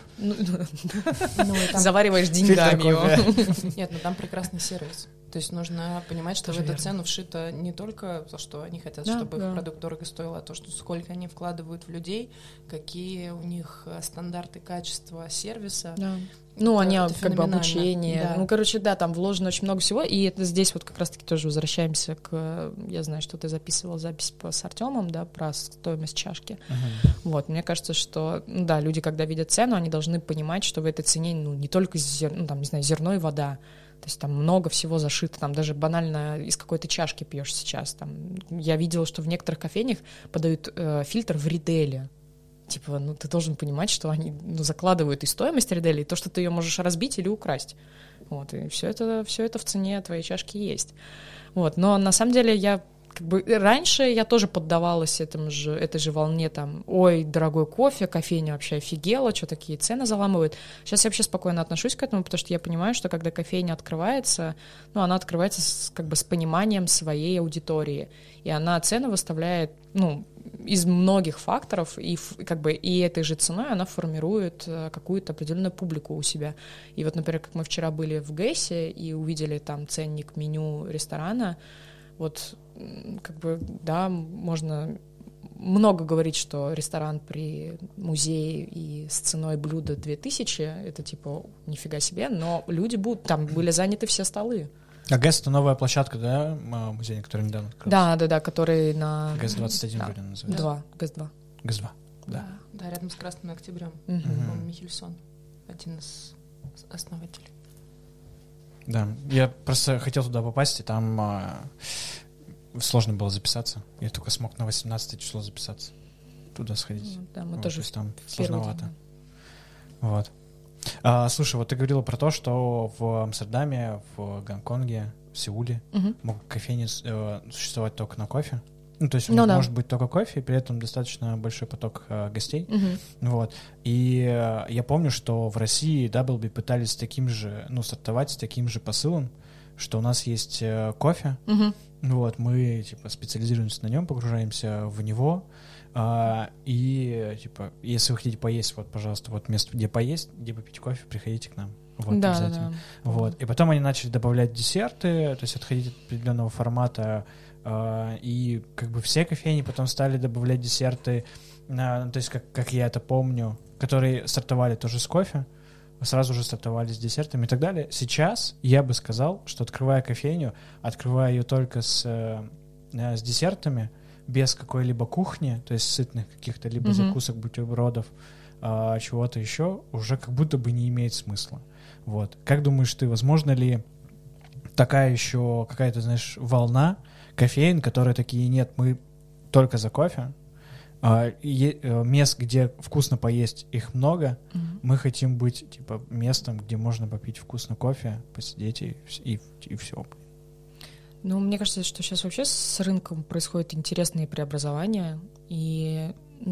Завариваешь деньгами его. Нет, но там прекрасный сервис. То есть нужно понимать, что в эту цену вшито не только то, что они хотят, чтобы продукт дорого стоил, а то, что сколько они вкладывают в людей, какие у них стандарты качества сервиса. Да. Ну, они как бы обучение. Да. Ну, короче, да, там вложено очень много всего. И это здесь вот как раз-таки тоже возвращаемся к... Я знаю, что ты записывал запись с Артемом, да, про стоимость чашки. Вот, мне кажется, что, ну, да, люди, когда видят цену, они должны понимать, что в этой цене, ну, не только зерно и вода. То есть там много всего зашито, там даже банально из какой-то чашки пьешь сейчас. Там, я видела, что в некоторых кофейнях подают фильтр в риделе. Типа, ну ты должен понимать, что они закладывают и стоимость риделя, и то, что ты ее можешь разбить или украсть. Вот, и все это в цене твоей чашки есть. Вот, но на самом деле я как бы раньше я тоже поддавалась этой же волне, там, ой, дорогой кофе, кофейня вообще офигела, что такие цены заламывают. Сейчас я вообще спокойно отношусь к этому, потому что я понимаю, что когда кофейня открывается, ну, она открывается как бы с пониманием своей аудитории, и она цену выставляет, ну, из многих факторов, и как бы и этой же ценой она формирует какую-то определенную публику у себя. И вот, например, как мы вчера были в ГЭСе и увидели там ценник меню ресторана, вот как бы, да, можно много говорить, что ресторан при музее и с ценой блюда 2000, это типа нифига себе, но люди будут, там были заняты все столы. А ГЭС — это новая площадка, да, музейная, которая недавно открылась? Да, который на... ГЭС-21 вроде называется. ГЭС-2. ГЭС-2. Да. Да, рядом с Красным Октябрем. По-моему, Михельсон, один из основателей. Да, я просто хотел туда попасть, и там сложно было записаться. Я только смог на 18 число записаться. Туда сходить. Да, мы вот, тоже то есть там первый сложновато. день. Вот. Слушай, вот ты говорила про то, что в Амстердаме, в Гонконге, в Сеуле могут кофейни существовать только на кофе. Ну, то есть у них может быть только кофе, и при этом достаточно большой поток гостей. Вот. И я помню, что в России Даблби пытались стартовать с таким же посылом, что у нас есть кофе, вот, мы, типа, специализируемся на нем, погружаемся в него, и, типа, если вы хотите поесть, вот, пожалуйста, вот место, где поесть, где попить кофе, приходите к нам. Вот, да, обязательно. Да. Вот. И потом они начали добавлять десерты, то есть отходить от определенного формата, и как бы все кофейни потом стали добавлять десерты, то есть как я это помню, которые стартовали тоже с кофе, сразу же стартовали с десертами и так далее. Сейчас я бы сказал, что открывая кофейню, открывая ее только с десертами, без какой-либо кухни, то есть сытных каких-то либо закусок, бутербродов, чего-то еще, уже как будто бы не имеет смысла. Вот. Как думаешь ты, возможно ли такая еще какая-то, знаешь, волна кофеин, которые такие: нет, мы только за кофе, мест, где вкусно поесть, их много, мы хотим быть, типа, местом, где можно попить вкусно кофе, посидеть и все. Ну, мне кажется, что сейчас вообще с рынком происходят интересные преобразования, и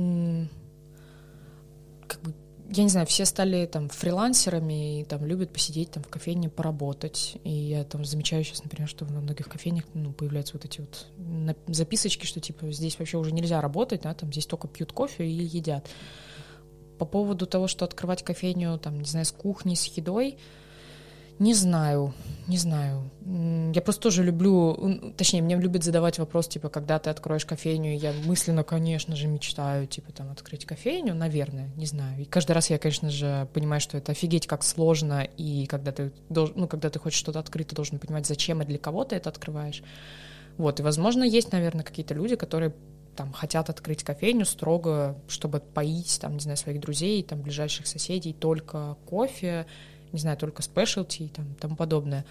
как бы, я не знаю, все стали там фрилансерами и там любят посидеть там в кофейне, поработать. И я там замечаю сейчас, например, что во многих кофейнях появляются вот эти вот записочки, что типа здесь вообще уже нельзя работать, да, там здесь только пьют кофе и едят. По поводу того, что открывать кофейню, там, не знаю, с кухней, с едой, не знаю. Я просто тоже люблю, точнее, мне любят задавать вопрос, типа, когда ты откроешь кофейню, и я мысленно, конечно же, мечтаю, типа, там, открыть кофейню, наверное, не знаю. И каждый раз я, конечно же, понимаю, что это офигеть как сложно, и когда ты когда ты хочешь что-то открыть, ты должен понимать, зачем и для кого ты это открываешь. Вот, и, возможно, есть, наверное, какие-то люди, которые там хотят открыть кофейню строго, чтобы поить, там, не знаю, своих друзей, там, ближайших соседей только кофе, не знаю, только спешлти и тому подобное.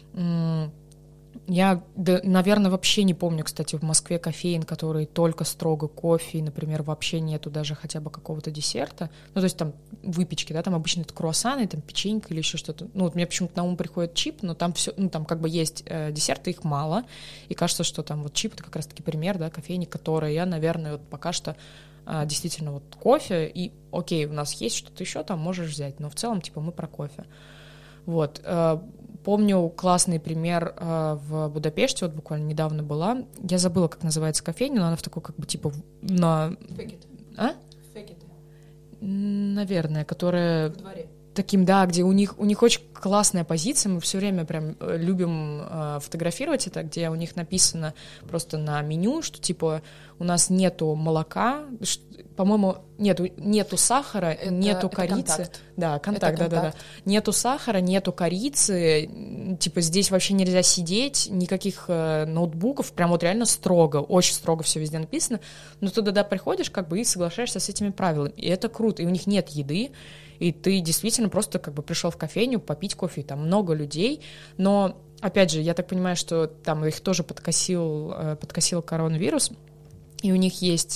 Я, наверное, вообще не помню, кстати, в Москве кофеин, который только строго кофе, и, например, вообще нету даже хотя бы какого-то десерта. Ну, то есть там выпечки, да, там обычно это круассаны, там печенька или еще что-то. Ну, вот мне почему-то на ум приходит чип, но там все, ну, там как бы есть десерты, их мало, и кажется, что там вот чип — это как раз-таки пример, да, кофейни, которые я, наверное, вот пока что действительно вот кофе, и окей, у нас есть что-то еще, там можешь взять, но в целом, типа, мы про кофе. Вот. Помню классный пример в Будапеште, вот буквально недавно была. Я забыла, как называется кофейня, но она в такой, как бы, типа, на... Фекет. А? Фекет. Наверное, которая... В дворе. Таким, да, где у них очень классная позиция, мы все время прям любим фотографировать это, где у них написано просто на меню, что типа у нас нету молока, по-моему, нету сахара, нету корицы. Контакт. Да, контакт, да. Нету сахара, нету корицы, типа здесь вообще нельзя сидеть, никаких ноутбуков, прям вот реально строго, очень строго все везде написано, но ты туда приходишь как бы и соглашаешься с этими правилами, и это круто, и у них нет еды, и ты действительно просто как бы пришел в кофейню попить кофе, и там много людей, но, опять же, я так понимаю, что там их тоже подкосил коронавирус, и у них есть,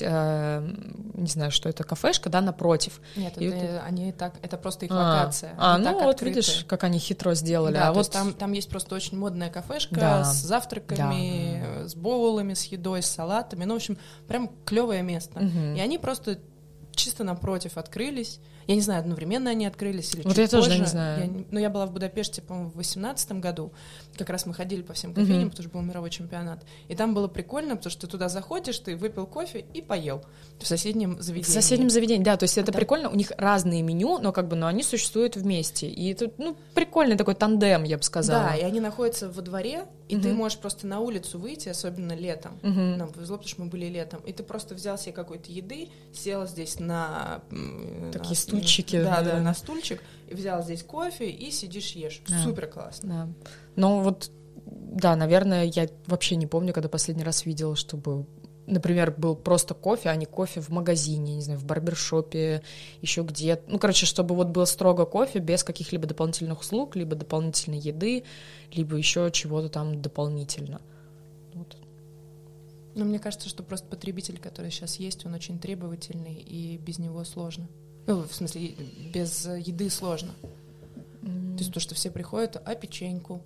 не знаю, что это, кафешка, да, напротив. Нет, это просто их локация. Ну вот видишь, как они хитро сделали. Да, а вот там есть просто очень модная кафешка с завтраками, с боулами, с едой, с салатами. Ну, в общем, прям клевое место. И они просто чисто напротив открылись. Я не знаю, одновременно они открылись или вот чуть я позже. Тоже не знаю. Я была в Будапеште, по-моему, в 2018 году. Как раз мы ходили по всем кофейням, потому что был мировой чемпионат. И там было прикольно, потому что ты туда заходишь, ты выпил кофе и поел в соседнем заведении. В соседнем заведении, да. То есть это прикольно. У них разные меню, но как бы, но они существуют вместе. И это, прикольный такой тандем, я бы сказала. Да, и они находятся во дворе, и ты можешь просто на улицу выйти, особенно летом. Нам повезло, потому что мы были летом. И ты просто взял себе какой-то еды, сел здесь на... Такие стульчики. Да, на стульчик, и взял здесь кофе, и сидишь, ешь. Да. Супер классно. Да. Ну вот, да, наверное, я вообще не помню, когда последний раз видела, чтобы например, был просто кофе, а не кофе в магазине, не знаю, в барбершопе, еще где-то. Ну, короче, чтобы вот было строго кофе, без каких-либо дополнительных услуг, либо дополнительной еды, либо еще чего-то там дополнительно. Вот. Ну, мне кажется, что просто потребитель, который сейчас есть, он очень требовательный, и без него сложно. Ну, в смысле, без еды сложно. То есть то, что все приходят, а печеньку,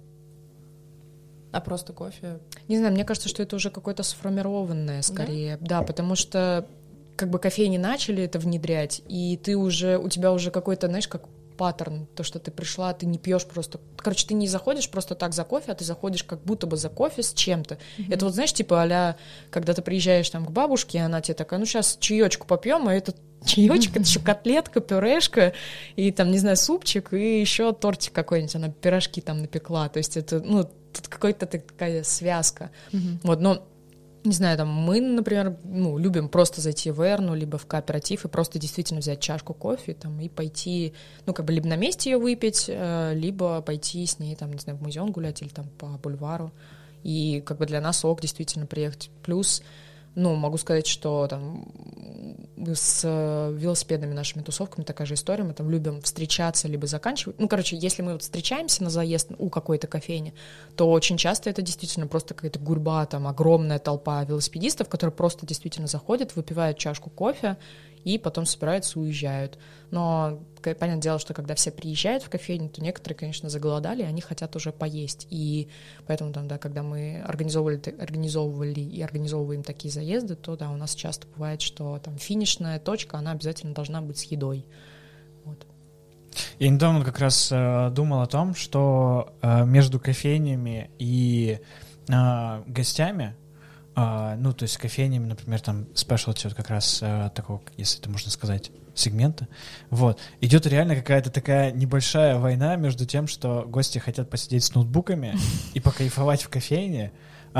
а просто кофе. Не знаю, мне кажется, что это уже какое-то сформированное скорее. Да, потому что как бы кофейни начали это внедрять, и у тебя уже какой-то, знаешь, как паттерн, то, что ты пришла, ты не пьешь просто... Короче, ты не заходишь просто так за кофе, а ты заходишь как будто бы за кофе с чем-то. Это вот, знаешь, типа а-ля, когда ты приезжаешь там к бабушке, и она тебе такая, ну, сейчас чаечку попьем, а это чаечек, это еще котлетка, пюрешка, и там, не знаю, супчик, и еще тортик какой-нибудь, она пирожки там напекла. То есть это, ну, тут какая-то такая связка. Вот, но не знаю, там мы, например, ну, любим просто зайти в Эрну, либо в кооператив и просто действительно взять чашку кофе там, и пойти, ну, как бы либо на месте ее выпить, либо пойти с ней, там, не знаю, в музей гулять или там по бульвару. И как бы для нас ок действительно приехать. Плюс, ну, могу сказать, что там с велосипедными нашими тусовками такая же история, мы там любим встречаться, либо заканчивать. Ну, короче, если мы вот встречаемся на заезд у какой-то кофейни, то очень часто это действительно просто какая-то гурьба, там, огромная толпа велосипедистов, которые просто действительно заходят, выпивают чашку кофе и потом собираются и уезжают. Но, понятное дело, что когда все приезжают в кофейню, то некоторые, конечно, заголодали, и они хотят уже поесть. И поэтому там, да, когда мы организовывали и организовываем такие заезды, то, да, у нас часто бывает, что там финишная точка, она обязательно должна быть с едой. Вот. Я недавно как раз думал о том, что между кофейнями и гостями, ну, то есть кофейнями, например, там, спешлти, вот как раз такого, если это можно сказать, сегмента, вот, идет реально какая-то такая небольшая война между тем, что гости хотят посидеть с ноутбуками и покайфовать в кофейне,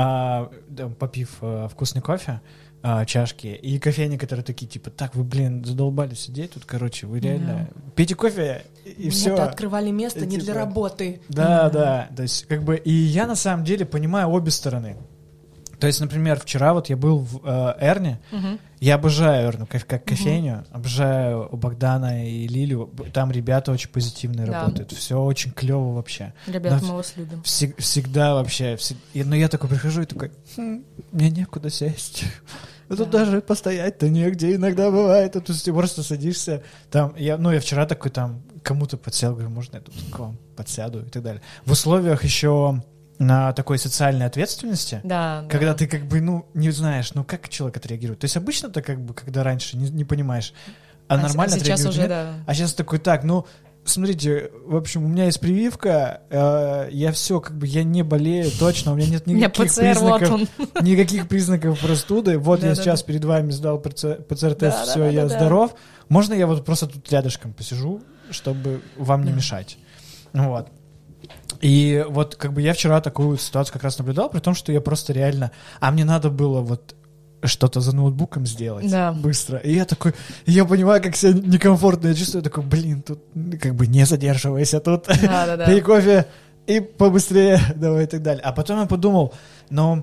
попив вкусный кофе, чашки, и кофейни, которые такие, типа, так, вы, блин, задолбали сидеть тут, короче, вы реально пейте кофе, и все. Нет, открывали место не для работы. Да, да, то есть, как бы, и я на самом деле понимаю обе стороны. То есть, например, вчера вот я был в Эрне, я обожаю Эрну как кофейню, обожаю у Богдана и Лилю, там ребята очень позитивные работают, все очень клево вообще. Ребята, мы вас любим. Всегда вообще, но я такой прихожу и такой, мне некуда сесть. Тут даже постоять-то негде иногда бывает, то есть ты просто садишься, там, я вчера такой там кому-то подсел, говорю, можно я тут к вам подсяду и так далее. В условиях еще на такой социальной ответственности, когда ты как бы, ну, не знаешь, ну, как человек отреагирует. То есть обычно-то как бы, когда раньше не понимаешь, нормально сейчас отреагирует, уже, нет? да. А сейчас такой, так, ну, смотрите, в общем, у меня есть прививка, я все, как бы, я не болею, точно, у меня нет никаких признаков простуды, вот я сейчас перед вами сдал ПЦР-тест, все, я здоров. Можно я вот просто тут рядышком посижу, чтобы вам не мешать? Вот. И вот как бы я вчера такую ситуацию как раз наблюдал, при том, что я просто реально... мне надо было вот что-то за ноутбуком сделать быстро. И я такой... Я понимаю, как себя некомфортно я чувствую. Я такой, блин, тут как бы не задерживайся, тут пей кофе и побыстрее давай и так далее. А потом я подумал, но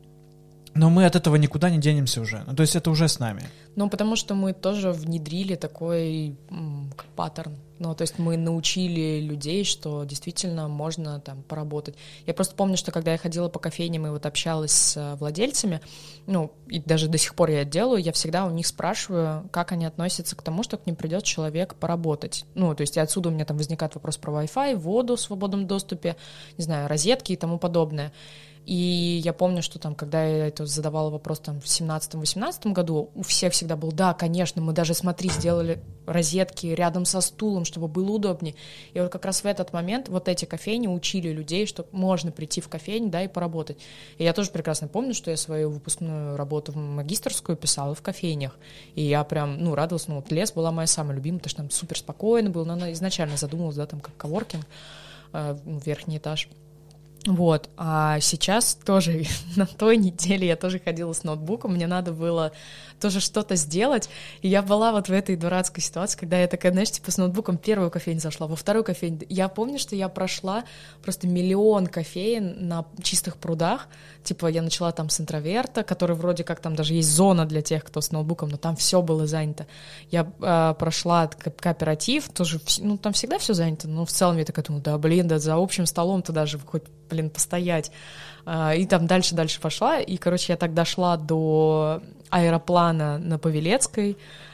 мы от этого никуда не денемся уже. Ну, то есть это уже с нами. Ну, потому что мы тоже внедрили такой паттерн. Ну, то есть мы научили людей, что действительно можно там поработать. Я просто помню, что когда я ходила по кофейням и вот общалась с владельцами, ну, и даже до сих пор я это делаю, я всегда у них спрашиваю, как они относятся к тому, что к ним придет человек поработать. Ну, то есть и отсюда у меня там возникает вопрос про Wi-Fi, воду в свободном доступе, не знаю, розетки и тому подобное. И я помню, что там, когда я это задавала вопрос там в 17-18 году, у всех всегда был, да, конечно, мы даже, смотри, сделали розетки рядом со стулом, чтобы было удобнее. И вот как раз в этот момент вот эти кофейни учили людей, что можно прийти в кофейню, да, и поработать. И я тоже прекрасно помню, что я свою выпускную работу в магистерскую писала в кофейнях. И я прям, ну, радовалась, ну, вот Лес была моя самая любимая, потому что там супер спокойно было, но она изначально задумалась, да, там как коворкинг, верхний этаж. Вот, а сейчас тоже на той неделе я тоже ходила с ноутбуком, мне надо было тоже что-то сделать. И я была вот в этой дурацкой ситуации, когда я такая, знаешь, типа с ноутбуком в первую кофейню зашла, во вторую кофейню. Я помню, что я прошла просто миллион кофеен на чистых прудах. Типа я начала там с интроверта, который вроде как там даже есть зона для тех, кто с ноутбуком, но там все было занято. Я прошла кооператив, тоже, ну там всегда все занято, но в целом я такая думаю, да блин, да за общим столом-то даже хоть, блин, постоять. И там дальше пошла, и, короче, я так дошла до аэроплана на Павелецкой,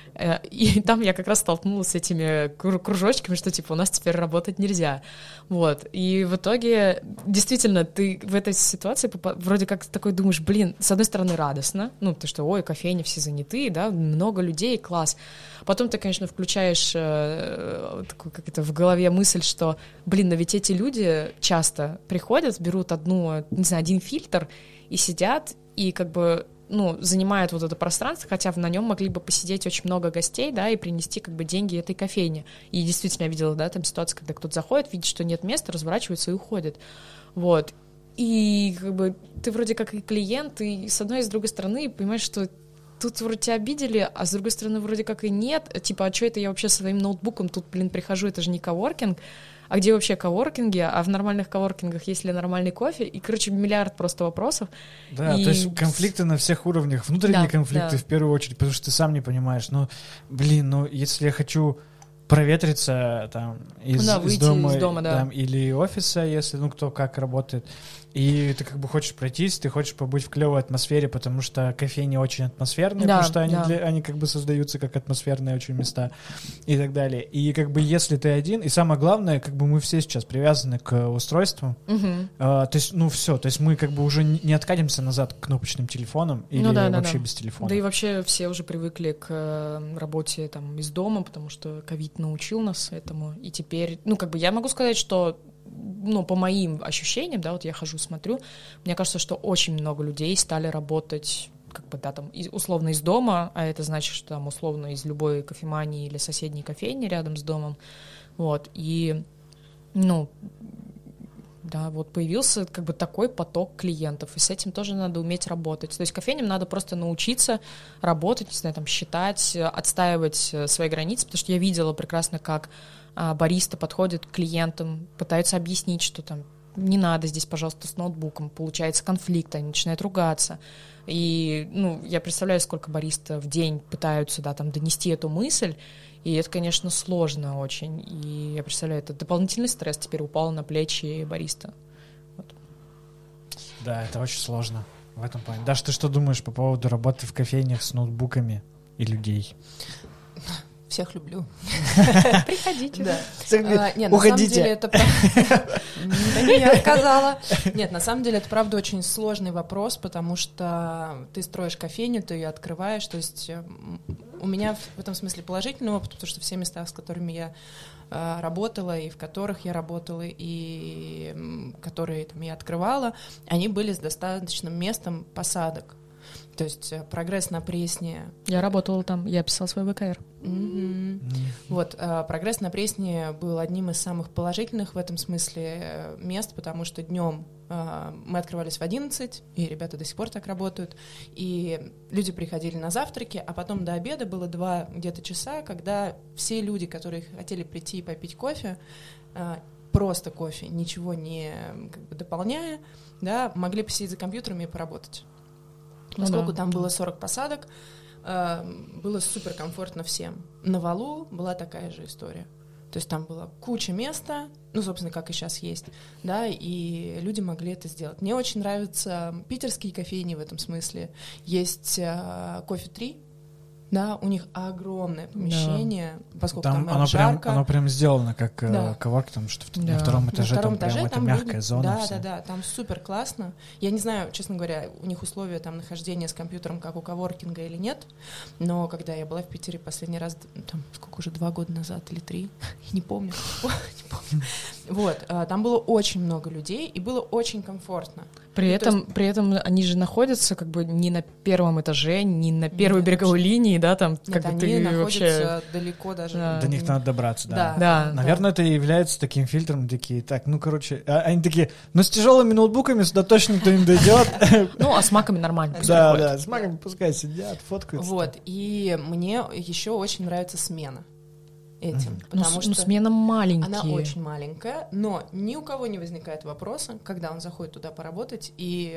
и там я как раз столкнулась с этими кружочками, что, типа, у нас теперь работать нельзя. Вот. И в итоге, действительно, ты в этой ситуации вроде как такой думаешь, блин, с одной стороны, радостно, ну, потому что, ой, кофейни все заняты, да, много людей, класс. Потом ты, конечно, включаешь такую, как это, в голове мысль, что, блин, но ведь эти люди часто приходят, берут один фильтр и сидят, и как бы ну, занимает вот это пространство, хотя на нем могли бы посидеть очень много гостей, да, и принести как бы деньги этой кофейне. И действительно я видела, да, там ситуация, когда кто-то заходит, видит, что нет места, разворачивается и уходит. Вот. И как бы ты вроде как и клиент, и с одной и с другой стороны понимаешь, что тут вроде тебя обидели, а с другой стороны вроде как и нет. Типа, а что это я вообще своим ноутбуком тут, блин, прихожу, это же не коворкинг. А где вообще коворкинги? А в нормальных коворкингах есть ли нормальный кофе? И, короче, миллиард просто вопросов. Да, и... то есть конфликты на всех уровнях. Внутренние конфликты в первую очередь, потому что ты сам не понимаешь. Ну, блин, ну, если я хочу проветриться там из дома да. там, или офиса, если, ну, кто как работает, и ты как бы хочешь пройтись, ты хочешь побыть в клевой атмосфере, потому что кофейни очень атмосферные, да, потому что они как бы создаются как атмосферные очень места и так далее. И как бы если ты один, и самое главное, как бы мы все сейчас привязаны к устройству, то есть, ну, все, то есть мы как бы уже не откатимся назад к кнопочным телефонам или вообще без телефона. Да и вообще все уже привыкли к работе там из дома, потому что ковид научил нас этому, и теперь, ну, как бы я могу сказать, что ну, по моим ощущениям, да, вот я хожу, смотрю, мне кажется, что очень много людей стали работать, как бы, да, там, условно из дома, а это значит, что там, условно, из любой кофемании или соседней кофейни рядом с домом, вот, и, ну, да, вот появился, как бы, такой поток клиентов, и с этим тоже надо уметь работать, то есть кофейням надо просто научиться работать, не знаю, там, считать, отстаивать свои границы, потому что я видела прекрасно, как бариста подходит к клиентам, пытается объяснить, что там не надо здесь, пожалуйста, с ноутбуком, получается конфликт, они начинают ругаться. И, ну, я представляю, сколько бариста в день пытаются, да, там, донести эту мысль, и это, конечно, сложно очень. И я представляю, это дополнительный стресс теперь упал на плечи бариста. Вот. Да, это очень сложно в этом плане. Даш, ты что думаешь по поводу работы в кофейнях с ноутбуками и людей? Всех люблю. Приходите. Да. Нет, на самом деле это правда... Я отказала. Нет, на самом деле это правда очень сложный вопрос, потому что ты строишь кофейню, ты ее открываешь, то есть у меня в этом смысле положительный опыт, потому что все места, с которыми я работала, и в которых я работала, и которые там, я открывала, они были с достаточным местом посадок. То есть прогресс на Пресне... Я работала там, я писала свой ВКР. Вот, прогресс на Пресне был одним из самых положительных в этом смысле мест, потому что днем мы открывались в 11, и ребята до сих пор так работают, и люди приходили на завтраки, а потом до обеда было 2 где-то часа, когда все люди, которые хотели прийти и попить кофе, просто кофе, ничего не как бы дополняя, да, могли посидеть за компьютерами и поработать. Поскольку там было 40 посадок, было суперкомфортно всем. На Валу была такая же история. То есть там была куча места, ну, собственно, как и сейчас есть, да, и люди могли это сделать. Мне очень нравятся питерские кофейни в этом смысле. Есть Кофе 3, да, у них огромное помещение, поскольку там жарко. Оно прям сделано как коворк, там что на втором этаже, там прям это мягкая зона. Да, там супер классно. Я не знаю, честно говоря, у них условия там нахождения с компьютером, как у коворкинга или нет, но когда я была в Питере последний раз, там, сколько уже, 2 года назад или 3, не помню. Вот, там было очень много людей, и было очень комфортно. При этом они же находятся как бы не на первом этаже, не на первой береговой линии, да, там как бы ты находятся далеко даже. До них надо добраться, да. Да. Наверное, это и является таким фильтром, такие, так, ну, короче, они такие, ну, с тяжелыми ноутбуками сюда точно никто не дойдет. Ну, а с маками нормально. Да, с маками пускай сидят, фоткаются. Вот, и мне еще очень нравится смена этим, потому что смена маленькая. Она очень маленькая, но ни у кого не возникает вопроса, когда он заходит туда поработать, и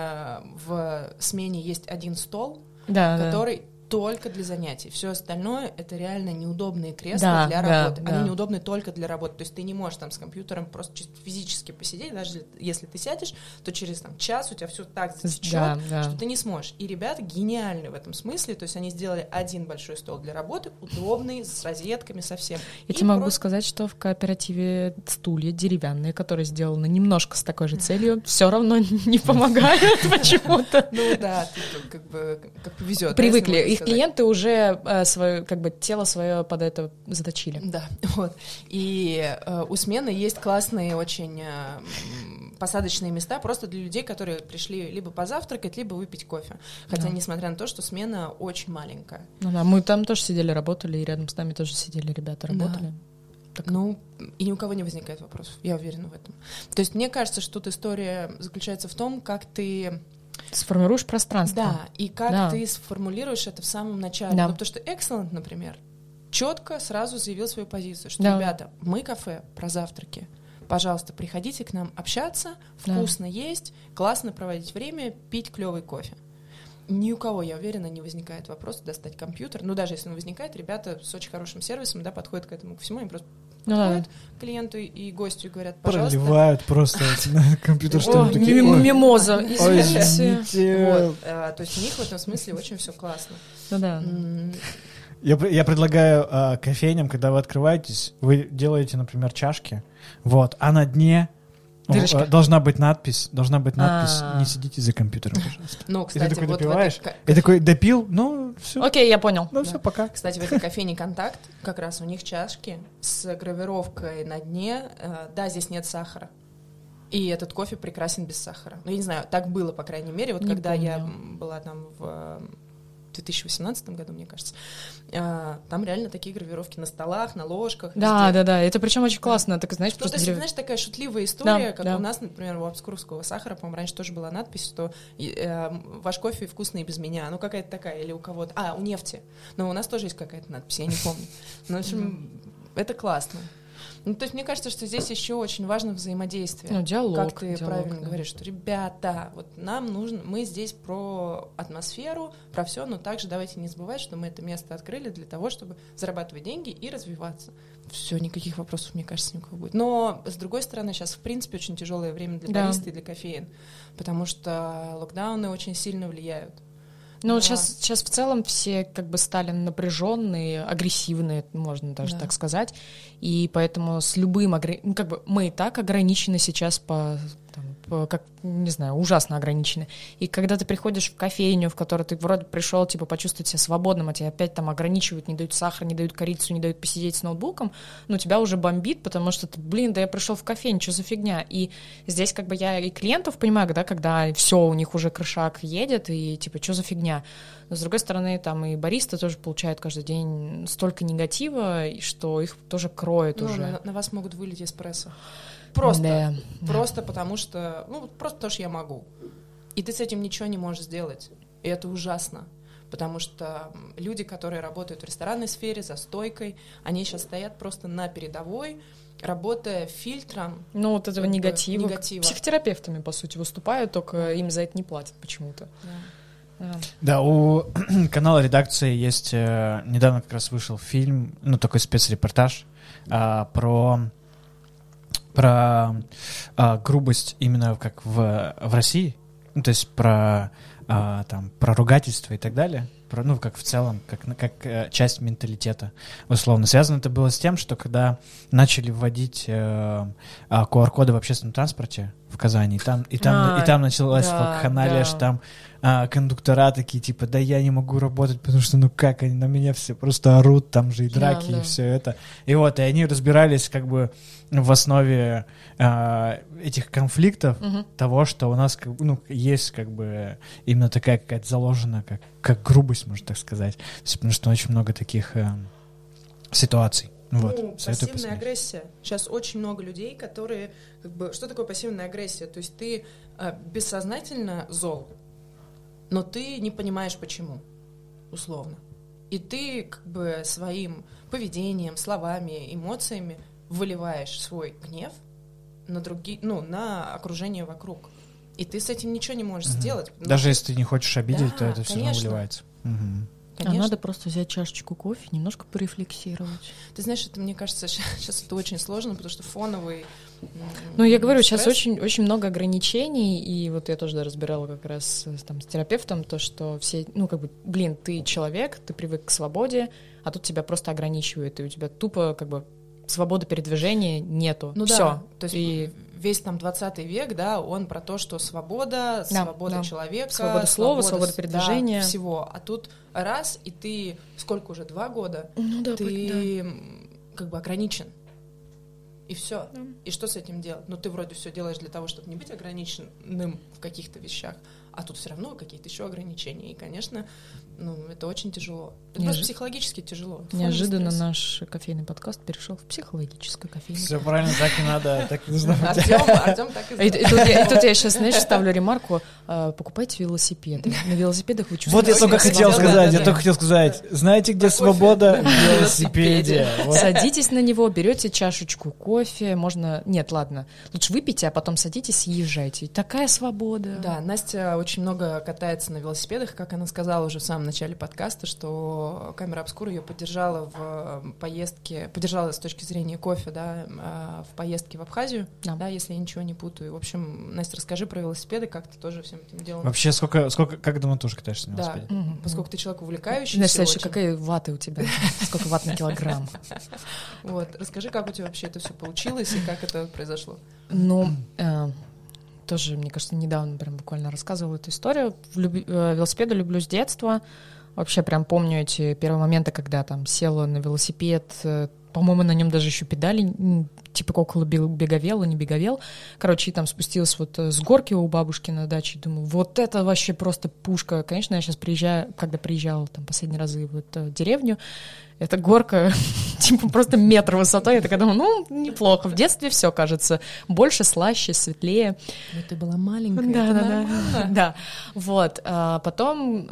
в смене есть один стол, который только для занятий. Все остальное — это реально неудобные кресла для работы. Они неудобны только для работы. То есть ты не можешь там с компьютером просто чисто физически посидеть, даже если ты сядешь, то через час у тебя все так затечет, что ты не сможешь. И ребята гениальны в этом смысле, то есть они сделали один большой стол для работы, удобный, с розетками, со всем. Я тебе могу сказать, что в кооперативе стулья деревянные, которые сделаны немножко с такой же целью, все равно не помогают почему-то. Ну да, как повезет. Привыкли. Их клиенты уже свое, как бы, тело свое под это заточили. Да, вот. И у смены есть классные очень посадочные места просто для людей, которые пришли либо позавтракать, либо выпить кофе. Хотя, несмотря на то, что смена очень маленькая. Ну да, мы там тоже сидели, работали, и рядом с нами тоже сидели ребята, работали. Так. Ну, и ни у кого не возникает вопросов, я уверена в этом. То есть мне кажется, что тут история заключается в том, как ты сформируешь пространство. Да, и как ты сформулируешь это в самом начале. Ну, потому что Excellent, например, четко сразу заявил свою позицию, что, ребята, мы кафе про завтраки. Пожалуйста, приходите к нам общаться, вкусно есть, классно проводить время, пить клевый кофе. Ни у кого, я уверена, не возникает вопроса достать компьютер. Ну, даже если он возникает, ребята с очень хорошим сервисом, подходят к этому ко всему, они просто подходят к клиенту и гостю и говорят, пожалуйста. Проливают просто на компьютер, что они такие... Мимоза, извините. То есть у них в этом смысле очень все классно. Ну да. Я предлагаю кофейням, когда вы открываетесь, вы делаете, например, чашки, а на дне должна быть надпись, не сидите за компьютером, пожалуйста. Ну, кстати, и ты такой допиваешь, и такой допил, ну, все. Окей, я понял. Ну, все, пока. Кстати, в этой кофейне «Контакт» как раз у них чашки с гравировкой на дне, здесь нет сахара. И этот кофе прекрасен без сахара. Ну, я не знаю, так было, по крайней мере, когда я была там в 2018 году, мне кажется, там реально такие гравировки на столах, на ложках. Да, это причем очень классно. Так, знаешь, просто знаешь, такая шутливая история, как у нас, например, у Обскурского сахара, по-моему, раньше тоже была надпись, что ваш кофе вкусный без меня. Ну, какая-то такая, или у кого-то. У нефти. Но у нас тоже есть какая-то надпись, я не помню. Ну, в общем, это классно. Ну, то есть мне кажется, что здесь еще очень важно взаимодействие. Ну, диалог. Как ты правильно говоришь, что, ребята, нам нужно, мы здесь про атмосферу, про все, но также давайте не забывать, что мы это место открыли для того, чтобы зарабатывать деньги и развиваться. Все, никаких вопросов, мне кажется, ни у кого будет. Но, с другой стороны, сейчас, в принципе, очень тяжелое время для бариста и для кофеин, потому что локдауны очень сильно влияют. Ну, сейчас в целом все как бы стали напряженные, агрессивные, можно даже так сказать. И поэтому с любым... мы и так ограничены сейчас как, не знаю, ужасно ограничены. И когда ты приходишь в кофейню, в которой ты вроде пришел, почувствовать себя свободным, а тебя опять там ограничивают, не дают сахар, не дают корицу, не дают посидеть с ноутбуком, тебя уже бомбит, потому что ты, я пришел в кофейню, что за фигня? И здесь как бы я и клиентов понимаю, когда все, у них уже крышак едет, и что за фигня? Но с другой стороны, там и баристы тоже получают каждый день столько негатива, что их тоже кроет уже. На вас могут вылить эспрессо. Просто потому что... просто потому что я могу. И ты с этим ничего не можешь сделать. И это ужасно. Потому что люди, которые работают в ресторанной сфере, за стойкой, они сейчас стоят просто на передовой, работая фильтром... этого негатива. Психотерапевтами, по сути, выступают, только им за это не платят почему-то. Да, у канала редакции есть... недавно как раз вышел фильм, такой спецрепортаж про грубость именно как в России, то есть про ругательство и так далее, как в целом, как часть менталитета, условно. Связано это было с тем, что когда начали вводить QR-коды в общественном транспорте, в Казани, и там началась вакханалия, что там кондуктора такие, типа, да я не могу работать, потому что, ну как, они на меня все просто орут, там же и драки, и все это. И вот, и они разбирались как бы в основе этих конфликтов того, что у нас, ну, есть как бы именно такая какая-то заложена, как грубость, можно так сказать. Потому что очень много таких ситуаций. Вот, ну, пассивная агрессия. Сейчас очень много людей, которые, как бы, что такое пассивная агрессия? То есть ты бессознательно зол, но ты не понимаешь, почему, условно. И ты как бы своим поведением, словами, эмоциями выливаешь свой гнев на другие, ну, на окружение вокруг. И ты с этим ничего не можешь сделать. Даже если ты не хочешь обидеть, то это все равно выливается. Конечно. А надо просто взять чашечку кофе, немножко порефлексировать. Ты знаешь, это, мне кажется, сейчас это очень сложно, потому что фоновый... Ну, я говорю, сейчас очень много ограничений, и вот я тоже разбирала как раз там с терапевтом то, что все, ну, как бы, блин, ты человек, ты привык к свободе, а тут тебя просто ограничивают, и у тебя тупо, как бы, свободы передвижения нету. Ну всё. Да, то есть весь там 20 век, да, он про то, что свобода человека, свобода слова, свобода передвижения. Да, всего. А тут раз, и ты, сколько уже, 2 года, ты как бы ограничен. И все. И что с этим делать? Ну, ты вроде все делаешь для того, чтобы не быть ограниченным в каких-то вещах, а тут все равно какие-то еще ограничения. И, конечно, ну, это очень тяжело. Это просто психологически тяжело. Неожиданно наш кофейный подкаст перешел в психологическое кофейное. Все правильно, так и надо, так и нужно быть. Артем так и знает. И тут я сейчас, знаешь, ставлю ремарку: покупайте велосипеды. На велосипедах вы чувствуете. Вот я только хотел сказать. Знаете, где свобода? В велосипеде. Садитесь на него, берете чашечку кофе, можно... Нет, ладно, лучше выпейте, а потом садитесь и езжайте. Такая свобода. Да, Настя очень много катается на велосипедах, как она сказала уже в самом начале подкаста, что камера обскура ее поддержала в поездке, поддержала с точки зрения кофе, да, в поездке в Абхазию, да, если я ничего не путаю. В общем, Настя, расскажи про велосипеды, как ты тоже всем этим делом... Вообще, как давно тоже катаешься на велосипеде? Да, поскольку ты человек увлекающийся. Настя, какая ваты у тебя? Сколько ватт на килограмм? Вот, расскажи, как у тебя вообще это все получилось и как это произошло? Ну, тоже, мне кажется, недавно прям буквально рассказывала эту историю. Велосипеды люблю с детства. Вообще прям помню эти первые моменты, когда там села на велосипед, по-моему, на нем даже еще педали, типа около беговел, не беговел. Короче, и там спустилась вот с горки у бабушки на даче, думаю, вот это вообще просто пушка. Конечно, я сейчас приезжаю, когда приезжала там последние разы в эту деревню, эта горка типа просто метр высотой. Я такая думаю, ну, неплохо. В детстве все кажется больше, слаще, светлее. Но ты была маленькая. Да. Вот. Потом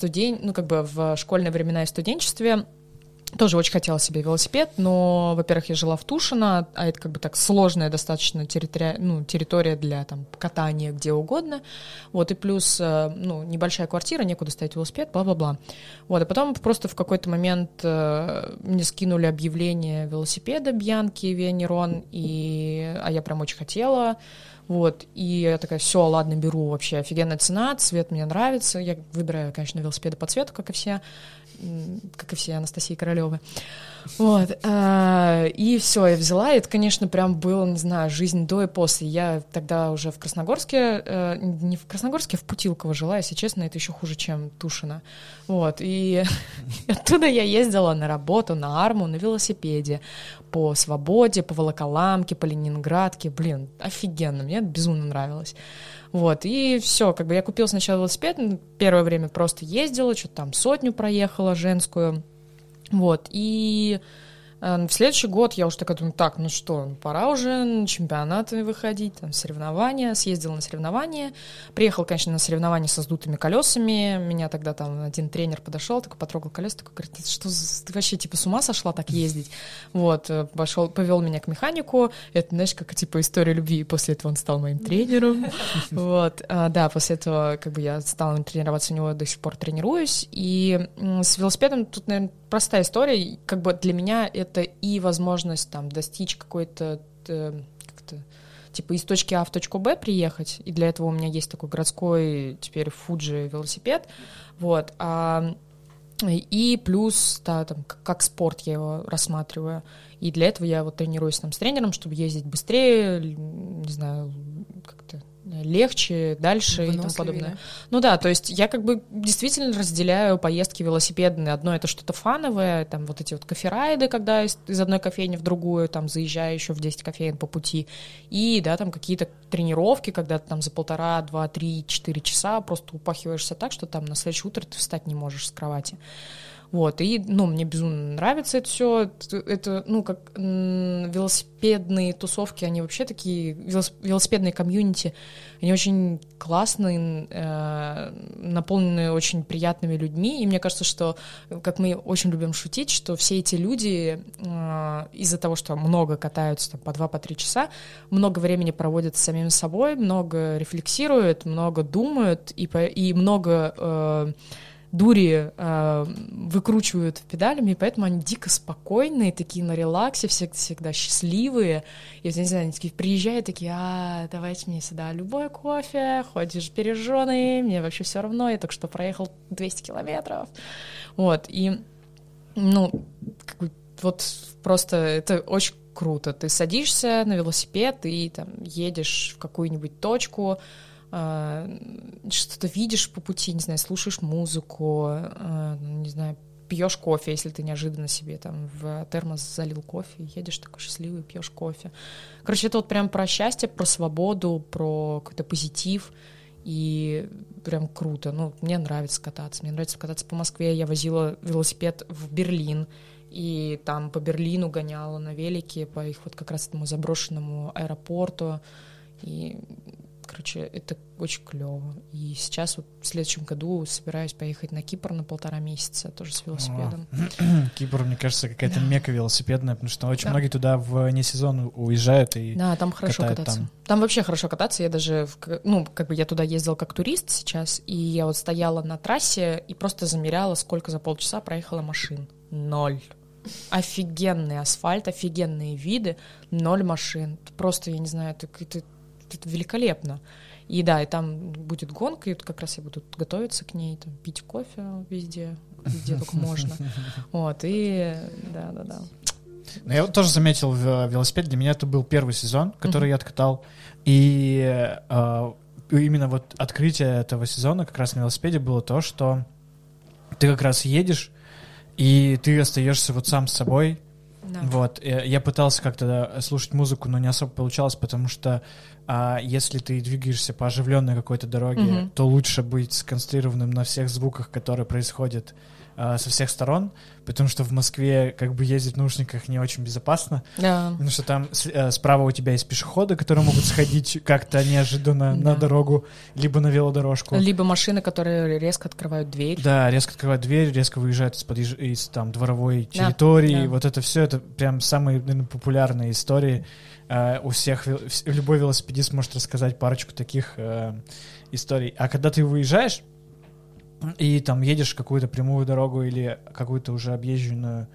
в школьные времена и в студенчестве тоже очень хотела себе велосипед, но, во-первых, я жила в Тушино, а это как бы так сложная достаточно территория для там катания где угодно, вот, и плюс, небольшая квартира, некуда ставить велосипед, бла-бла-бла. Вот, и потом просто в какой-то момент мне скинули объявление велосипеда Бьянки Венерон, а я прям очень хотела. Вот, и я такая, все, ладно, беру, вообще офигенная цена, цвет мне нравится, я выбираю, конечно, велосипеды по цвету, как и все Анастасии Королевой. Вот, и все, я взяла, и это, конечно, прям было, не знаю, жизнь до и после. Я тогда уже в Красногорске, не в Красногорске, а в Путилково жила, если честно, это еще хуже, чем Тушино. Вот, и оттуда я ездила на работу, на Арму, на велосипеде, по Свободе, по Волоколамке, по Ленинградке, блин, офигенно, мне это безумно нравилось. Вот, и все, как бы я купила сначала велосипед, первое время просто ездила, что-то там 100 проехала женскую, вот, и в следующий год я уже такая думаю, так, ну что, пора уже на чемпионаты выходить, там, соревнования, съездила на соревнования, приехала, конечно, на соревнования со сдутыми колесами, меня тогда там один тренер подошел, такой потрогал колеса, такой говорит, что ты вообще, типа, с ума сошла так ездить? Вот, повел меня к механику, это, знаешь, как, типа, история любви, и после этого он стал моим тренером, вот, да, после этого, как бы, я стала тренироваться у него, до сих пор тренируюсь, и с велосипедом тут, наверное, простая история, как бы для меня это и возможность там достичь какой-то как-то типа из точки А в точку Б приехать, и для этого у меня есть такой городской теперь Fuji велосипед, вот, И плюс, да, там, как спорт я его рассматриваю. И для этого я вот тренируюсь там с тренером, чтобы ездить быстрее, не знаю, как-то легче, дальше и тому подобное. Ну да, то есть я как бы действительно разделяю поездки велосипедные. Одно — это что-то фановое, там вот эти вот коферайды, когда из одной кофейни в другую, там заезжаю еще в 10 кофеин по пути. И, да, там какие-то тренировки, когда ты там за 1,5, 2, 3, 4 часа просто упахиваешься так, что там на следующее утро ты встать не можешь с кровати. Вот, и, ну, мне безумно нравится это все. Это, ну, как велосипедные тусовки, они вообще такие, велосипедные комьюнити, они очень классные, наполнены очень приятными людьми, и мне кажется, что, как мы очень любим шутить, что все эти люди из-за того, что много катаются там, по 2-3 часа, много времени проводят с самим собой, много рефлексируют, много думают, и много дури выкручивают педалями, и поэтому они дико спокойные, такие на релаксе, всегда счастливые. И, не знаю, они такие приезжают, такие: давайте мне сюда любой кофе, ходишь береженый, мне вообще все равно, я только что проехал 200 километров. Вот, и, ну, как бы, вот просто это очень круто. Ты садишься на велосипед и там едешь в какую-нибудь точку, что-то видишь по пути, не знаю, слушаешь музыку, не знаю, пьешь кофе, если ты неожиданно себе там в термос залил кофе, едешь такой счастливый, пьешь кофе. Короче, это вот прям про счастье, про свободу, про какой-то позитив, и прям круто. Ну, мне нравится кататься. Мне нравится кататься по Москве. Я возила велосипед в Берлин, и там по Берлину гоняла на велике, по их вот как раз этому заброшенному аэропорту, и... Короче, это очень клево. И сейчас вот в следующем году собираюсь поехать на Кипр на 1,5 месяца, тоже с велосипедом. Кипр, мне кажется, какая-то мека велосипедная, потому что очень многие туда вне сезона уезжают и да, там хорошо кататься. Там вообще хорошо кататься. Я даже, ну, как бы я туда ездила как турист сейчас, и я вот стояла на трассе и просто замеряла, сколько за полчаса проехала машин. 0. Офигенный асфальт, офигенные виды, 0 машин. Просто, я не знаю, это великолепно. И да, и там будет гонка, и как раз я буду готовиться к ней, там, пить кофе везде, где только можно. Вот, и да. Ну, я вот тоже заметил в велосипеде, для меня это был первый сезон, который я откатал, и именно вот открытие этого сезона как раз на велосипеде было то, что ты как раз едешь, и ты остаешься вот сам с собой. Да. Вот, я пытался как-то слушать музыку, но не особо получалось, потому что если ты двигаешься по оживленной какой-то дороге, то лучше быть сконцентрированным на всех звуках, которые происходят со всех сторон, потому что в Москве как бы ездить в наушниках не очень безопасно, потому что там справа у тебя есть пешеходы, которые могут сходить как-то неожиданно на дорогу, либо на велодорожку. Либо машины, которые резко открывают дверь. Да, резко открывают дверь, резко выезжают из там дворовой территории. Вот это все, это прям самые, наверное, популярные истории. У всех, любой велосипедист может рассказать парочку таких историй. А когда ты выезжаешь и там едешь какую-то прямую дорогу или какую-то уже объезженный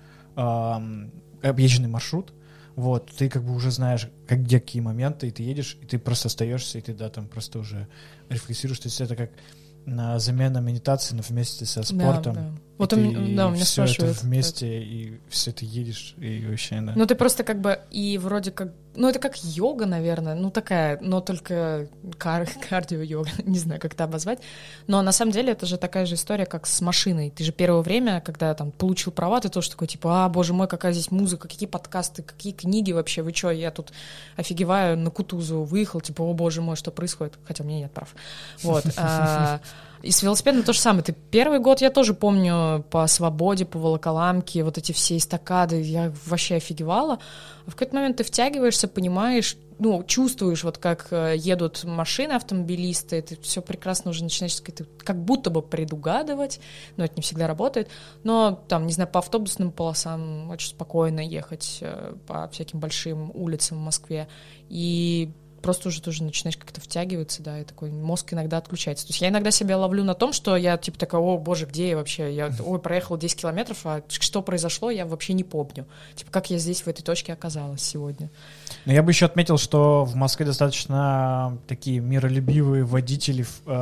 маршрут, вот, ты как бы уже знаешь, где какие моменты, и ты едешь, и ты просто остаешься, и ты, да, там просто уже рефлексируешь. То есть это как замена медитации, но вместе со спортом. Да. Вот у меня все спрашивают. Это вместе, и все ты едешь, и вообще, да. Ну, ты просто как бы, и вроде как, ну, это как йога, наверное, ну, такая, но только кардио-йога, не знаю, как это обозвать, но на самом деле это же такая же история, как с машиной. Ты же первое время, когда там получил права, ты тоже такой, типа, боже мой, какая здесь музыка, какие подкасты, какие книги вообще, вы чё, я тут офигеваю, на Кутузову выехал, типа, о боже мой, что происходит, хотя у меня нет прав. Вот. И с велосипедом то же самое. Ты первый год, я тоже помню, по Свободе, по Волоколамке, вот эти все эстакады, я вообще офигевала. А в какой-то момент ты втягиваешься, понимаешь, ну, чувствуешь, вот как едут машины, автомобилисты, ты все прекрасно уже начинаешь как будто бы предугадывать, но это не всегда работает. Но там, не знаю, по автобусным полосам очень спокойно ехать, по всяким большим улицам в Москве. И просто уже тоже начинаешь как-то втягиваться, да, и такой мозг иногда отключается. То есть я иногда себя ловлю на том, что я типа такая, о боже, где я вообще? Я, проехала 10 километров, а что произошло, я вообще не помню. Типа, как я здесь в этой точке оказалась сегодня. Но я бы еще отметил, что в Москве достаточно такие миролюбивые водители, в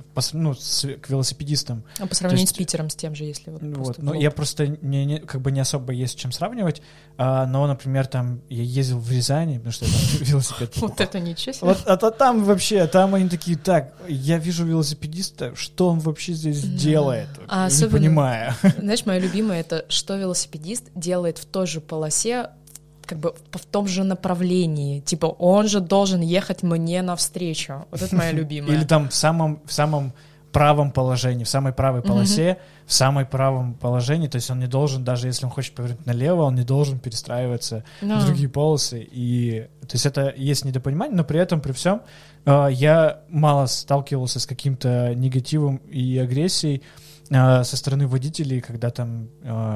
к велосипедистам. А по сравнению с Питером, с тем же, если вот. Ну, я просто не особо есть с чем сравнивать, но, например, там я ездил в Рязани, потому что я там велосипед покупал. Вот это ничего себе. А там вообще, там они такие, так, я вижу велосипедиста, что он вообще здесь делает? Не понимаю. Знаешь, мое любимое — это что велосипедист делает в той же полосе, как бы в том же направлении. Типа, он же должен ехать мне навстречу. Вот это моя любимая. Или там в самом правом положении, в самой правой полосе, в самом правом положении, то есть он не должен, даже если он хочет повернуть налево, он не должен перестраиваться в другие полосы. И, то есть это есть недопонимание, но при этом, при всем, я мало сталкивался с каким-то негативом и агрессией со стороны водителей, когда там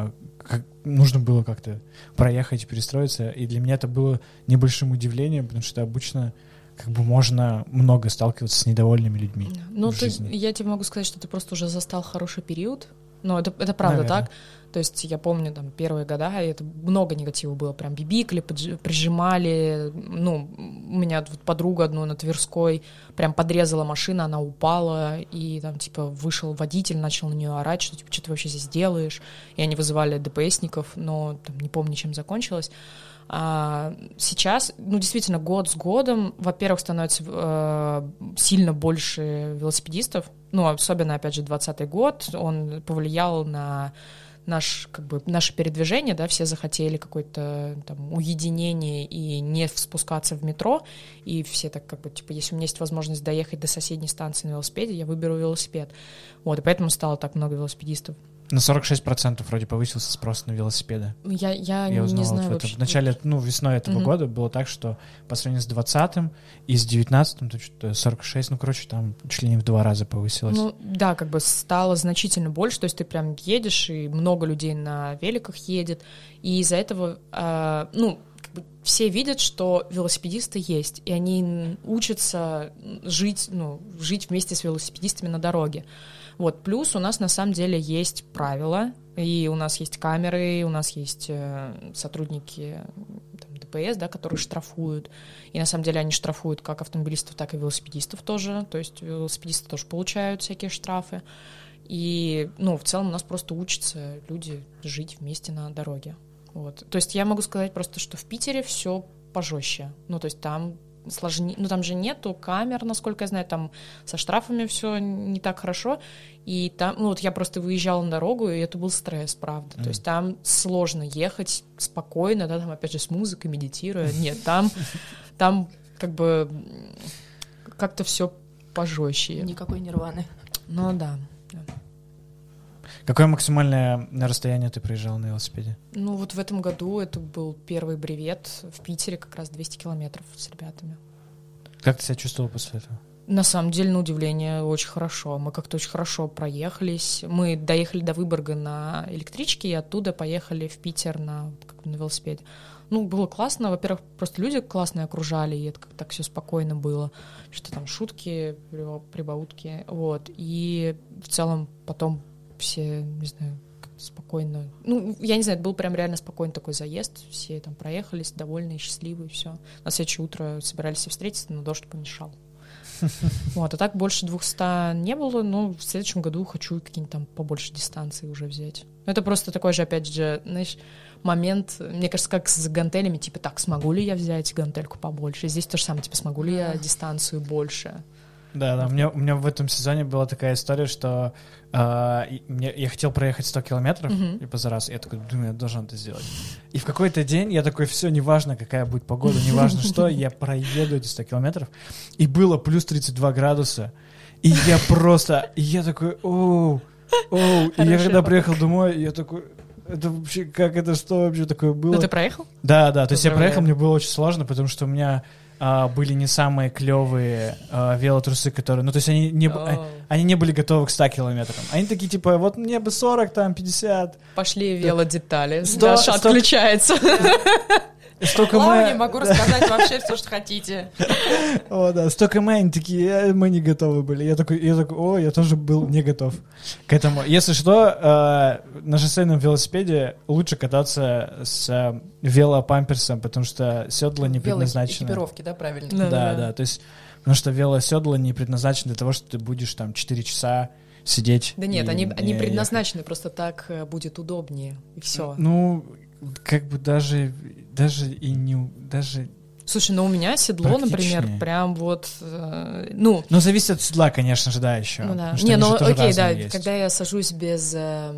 нужно было как-то проехать и перестроиться, и для меня это было небольшим удивлением, потому что обычно как бы можно много сталкиваться с недовольными людьми. Ну, я тебе могу сказать, что ты просто уже застал хороший период. Но это правда, наверное, так. То есть я помню, там, первые года, и это много негатива было. Прям бибикали, прижимали. Ну, у меня вот подруга одну на Тверской прям подрезала машину, она упала, и там, типа, вышел водитель, начал на нее орать, что, типа, что ты вообще здесь делаешь? И они вызывали ДПСников, но там не помню, чем закончилось. А сейчас, ну, действительно, год с годом, во-первых, становится сильно больше велосипедистов, ну, особенно, опять же, 2020 год, он повлиял на наше передвижение, да, все захотели какое-то там уединение и не спускаться в метро, и все так как бы, типа, если у меня есть возможность доехать до соседней станции на велосипеде, я выберу велосипед. Вот, и поэтому стало так много велосипедистов. На 46% вроде повысился спрос на велосипеды. Я не знаю вообще. В начале, весной этого года было так, что по сравнению с 20-м и с 19-м, то что-то 46, там чуть ли не в 2 раза повысилось. Ну, да, как бы стало значительно больше, то есть ты прям едешь, и много людей на великах едет, и из-за этого, все видят, что велосипедисты есть, и они учатся жить вместе с велосипедистами на дороге. Вот, плюс у нас на самом деле есть правила, и у нас есть камеры, у нас есть сотрудники там, ДПС, да, которые штрафуют, и на самом деле они штрафуют как автомобилистов, так и велосипедистов тоже, то есть велосипедисты тоже получают всякие штрафы, и, в целом у нас просто учатся люди жить вместе на дороге. Вот. То есть я могу сказать просто, что в Питере все пожестче, то есть там сложнее, там же нету камер, насколько я знаю, там со штрафами все не так хорошо, и там, я просто выезжала на дорогу, и это был стресс, правда, то есть там сложно ехать спокойно, да, там опять же с музыкой, медитируя, нет, там как бы как-то все пожестче. Никакой нирваны. Ну да. Какое максимальное расстояние ты проезжал на велосипеде? Вот в этом году это был первый бревет в Питере, как раз 200 километров с ребятами. Как ты себя чувствовал после этого? На самом деле, на удивление, очень хорошо. Мы как-то очень хорошо проехались. Мы доехали до Выборга на электричке и оттуда поехали в Питер на велосипеде. Было классно. Во-первых, просто люди классные окружали, и это как-то так все спокойно было. Что там шутки, прибаутки. Вот. И в целом потом все, не знаю, спокойно. Я не знаю, это был прям реально спокойный такой заезд. Все там проехались, довольные, счастливые, все. На следующее утро собирались все встретиться, но дождь помешал. Вот, а так больше 200 не было, но в следующем году хочу какие-нибудь там побольше дистанции уже взять. Это просто такой же, опять же, знаешь, момент, мне кажется, как с гантелями, типа, так, смогу ли я взять гантельку побольше? Здесь то же самое, типа, смогу ли я дистанцию больше? Да, у меня в этом сезоне была такая история, что я хотел проехать 100 километров за раз, я такой, думаю, я должен это сделать. И в какой-то день я такой, все, неважно, какая будет погода, неважно что, я проеду эти 100 километров. И было плюс 32 градуса, и я такой, оу. И я когда приехал домой, я такой, это вообще, как это, что вообще такое было? Ты проехал? Да, то есть я проехал, мне было очень сложно, потому что у меня были не самые клевые велотрусы, которые... то есть они не были готовы к 100 километрам. Они такие, типа, вот мне бы 40, там, 50. Пошли велодетали. Даша отключается. Я могу рассказать вообще все, что хотите. 100 км, они такие, мы не готовы были. Я такой, я тоже был не готов к этому. Если что, на шоссейном велосипеде лучше кататься с велопамперсом, потому что седла не предназначены. Экипировки, да, правильно? Да, то есть Потому что велоседло не предназначено для того, что ты будешь там 4 часа сидеть. Да нет, они предназначены, просто так будет удобнее, и все. Ну, как бы даже и не... Даже... Слушай, ну у меня седло, например, прям вот, ну... Ну, зависит от седла, конечно же, да, еще. Ну, да. Не, ну окей, да, есть. Когда я сажусь без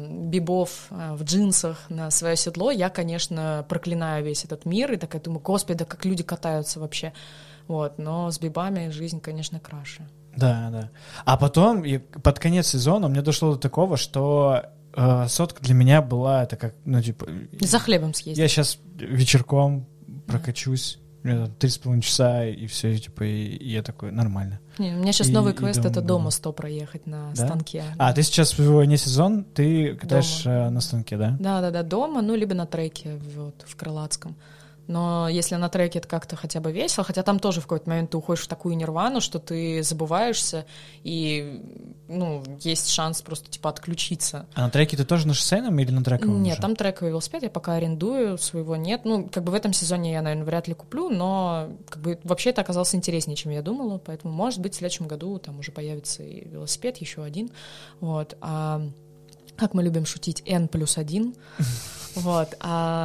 бибов в джинсах на свое седло, я, конечно, проклинаю весь этот мир и такая думаю, господи, да как люди катаются вообще. Вот, но с бибами жизнь, конечно, краше. Да, да. А потом, под конец сезона, мне дошло до такого, что сотка для меня была, это как, ну, типа... За хлебом съездить. Я сейчас вечерком прокачусь, 3,5 часа, и все, типа, и я такой, нормально. Не, у меня сейчас новый квест, это дома 100 проехать на станке. А, ты сейчас не сезон, ты катаешь на станке, да? Да, дома, ну, либо на треке вот, в Крылатском. Но если на треке это как-то хотя бы весело, хотя там тоже в какой-то момент ты уходишь в такую нирвану, что ты забываешься, и, ну, есть шанс просто, типа, отключиться. А на треке ты тоже на шоссейном или на трековом? Нет, там трековый велосипед, я пока арендую, своего нет. Ну, как бы в этом сезоне я, наверное, вряд ли куплю, но, как бы, вообще это оказалось интереснее, чем я думала, поэтому, может быть, в следующем году там уже появится и велосипед, еще один, вот. А как мы любим шутить, N+1. Вот,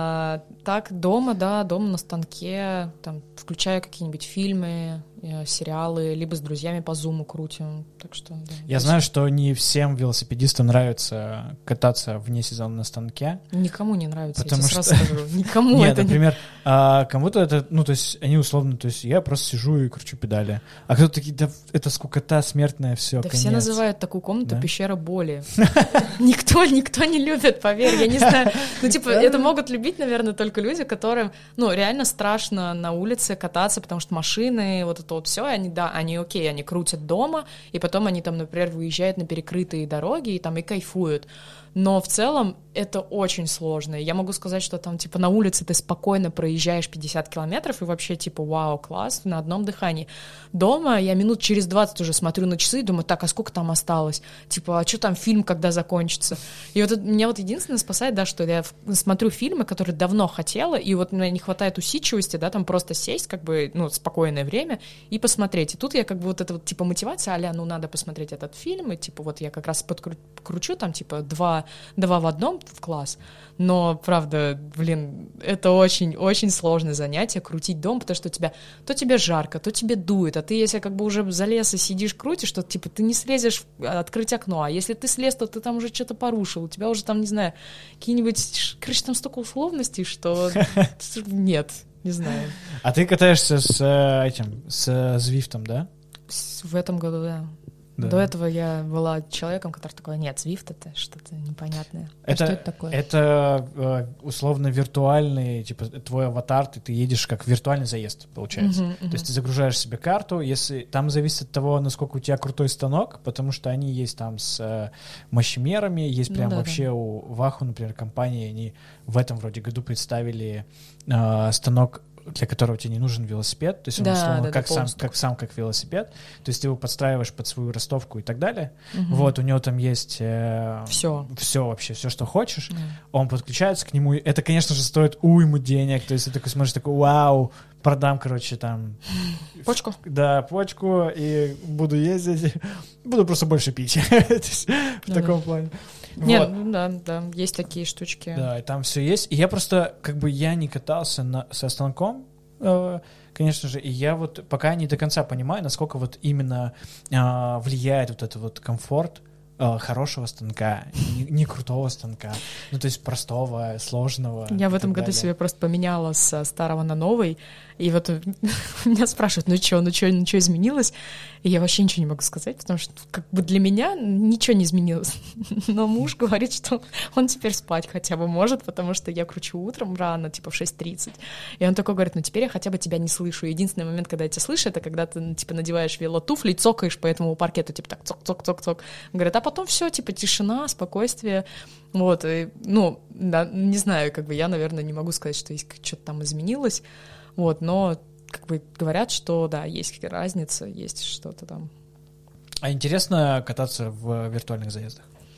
а так дома, да, дома на станке, там, включаю какие-нибудь фильмы, сериалы, либо с друзьями по зуму крутим, так что... Да, я знаю, что не всем велосипедистам нравится кататься вне сезона на станке. Никому не нравится, потому я тебе сразу скажу, никому нет, это например, кому-то это, ну, то есть они условно, то есть я просто сижу и кручу педали, а кто-то такие, да, это скукота смертная, все, да, конец. все называют такую комнату пещера боли. Никто не любит, поверь, я не знаю, ну, типа, это могут любить, наверное, только люди, которым, ну, реально страшно на улице кататься, потому что машины, вот это вот все, они, да, они окей, они крутят дома, и потом они там, например, выезжают на перекрытые дороги и там и кайфуют. Но в целом это очень сложно. Я могу сказать, что там, типа, на улице ты спокойно проезжаешь 50 километров и вообще, типа, вау, класс, на одном дыхании. Дома я минут через 20 уже смотрю на часы и думаю, так, а сколько там осталось? Типа, а что там фильм, когда закончится? И вот меня вот единственное спасает, да, что я смотрю фильмы, которые давно хотела, и вот мне не хватает усидчивости, да, там просто сесть, как бы, ну, спокойное время и посмотреть. И тут я как бы вот эта вот, типа, мотивация, а-ля, ну, надо посмотреть этот фильм, и, типа, вот я как раз подкручу там, типа, два в одном в класс, но, правда, блин, это очень-очень сложное занятие, крутить дом, потому что у тебя то тебе жарко, то тебе дует, а ты, если как бы уже залез и сидишь, крутишь, что, типа, ты не слезешь открыть окно, а если ты слез, то ты там уже что-то порушил, у тебя уже там, не знаю, какие-нибудь, короче, там столько условностей, что нет, не знаю. А ты катаешься с Zwift, да? В этом году, да. Да. До этого я была человеком, который такой, нет, Zwift — это что-то непонятное. Что это такое? Это условно виртуальный, типа, твой аватар, ты едешь как виртуальный заезд, получается. То есть ты загружаешь себе карту, если там зависит от того, насколько у тебя крутой станок, потому что они есть там с мощемерами, есть прям вообще у Wahoo, например, компании, они в этом вроде году представили станок, для которого тебе не нужен велосипед, то есть он условно как велосипед, то есть ты его подстраиваешь под свою ростовку и так далее. Вот, у него там есть все вообще, все, что хочешь. Он подключается к нему. Это, конечно же, стоит уйму денег, то есть ты такой смотришь, такой, вау, продам, короче, там... Почку? Да, почку, и буду ездить, буду просто больше пить. В таком плане. Нет, ну да, есть такие штучки. Да, и там все есть. И я просто, как бы, я не катался со станком, конечно же, и я вот пока не до конца понимаю, насколько вот именно влияет вот этот вот комфорт хорошего станка, не крутого станка, ну, то есть простого, сложного. Я в этом году себе просто поменяла со старого на новый, и вот меня спрашивают, ну что изменилось? И я вообще ничего не могу сказать, потому что как бы для меня ничего не изменилось. Но муж говорит, что он теперь спать хотя бы может, потому что я кручу утром рано, типа в 6:30. И он такой говорит, ну теперь я хотя бы тебя не слышу. Единственный момент, когда я тебя слышу, это когда ты, типа, надеваешь велотуфли и цокаешь по этому паркету, типа так цок-цок-цок-цок. Говорит, а потом все, типа, тишина, спокойствие. Вот, и, ну, да, не знаю, как бы я, наверное, не могу сказать, что что-то там изменилось. Вот, но как бы говорят, что да, есть разница, есть что-то там. А интересно кататься в виртуальных заездах?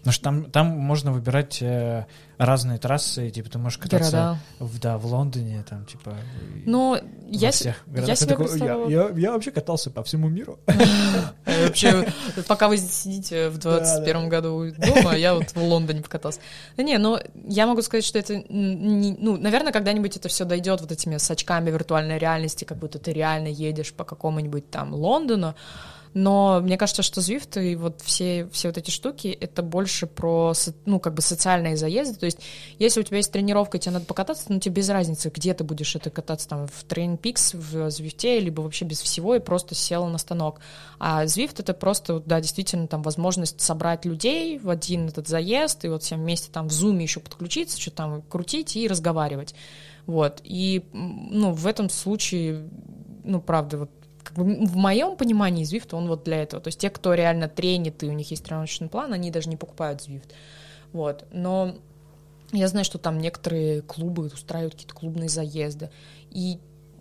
Потому что там можно выбирать разные трассы, типа ты можешь кататься в Лондоне, там, типа, но во всех городах. Я вообще катался по всему миру. Вообще, пока вы сидите в 21 году дома, я вот в Лондоне покатался. Да не, но я могу сказать, что это, наверное, когда-нибудь это все дойдет вот этими с очками виртуальной реальности, как будто ты реально едешь по какому-нибудь там Лондону. Но мне кажется, что Zwift и вот все вот эти штуки — это больше про, как бы социальные заезды. То есть если у тебя есть тренировка, и тебе надо покататься, тебе без разницы, где ты будешь это кататься, там, в Training Peaks, в Zwift, либо вообще без всего, и просто села на станок. А Zwift — это просто, да, действительно, там, возможность собрать людей в один этот заезд, и вот всем вместе там в Zoom еще подключиться, что-то там крутить и разговаривать. Вот. И, в этом случае, правда, вот, как бы в моем понимании Zwift, он вот для этого. То есть те, кто реально тренит, и у них есть тренировочный план, они даже не покупают Zwift. Вот. Но я знаю, что там некоторые клубы устраивают какие-то клубные заезды. И,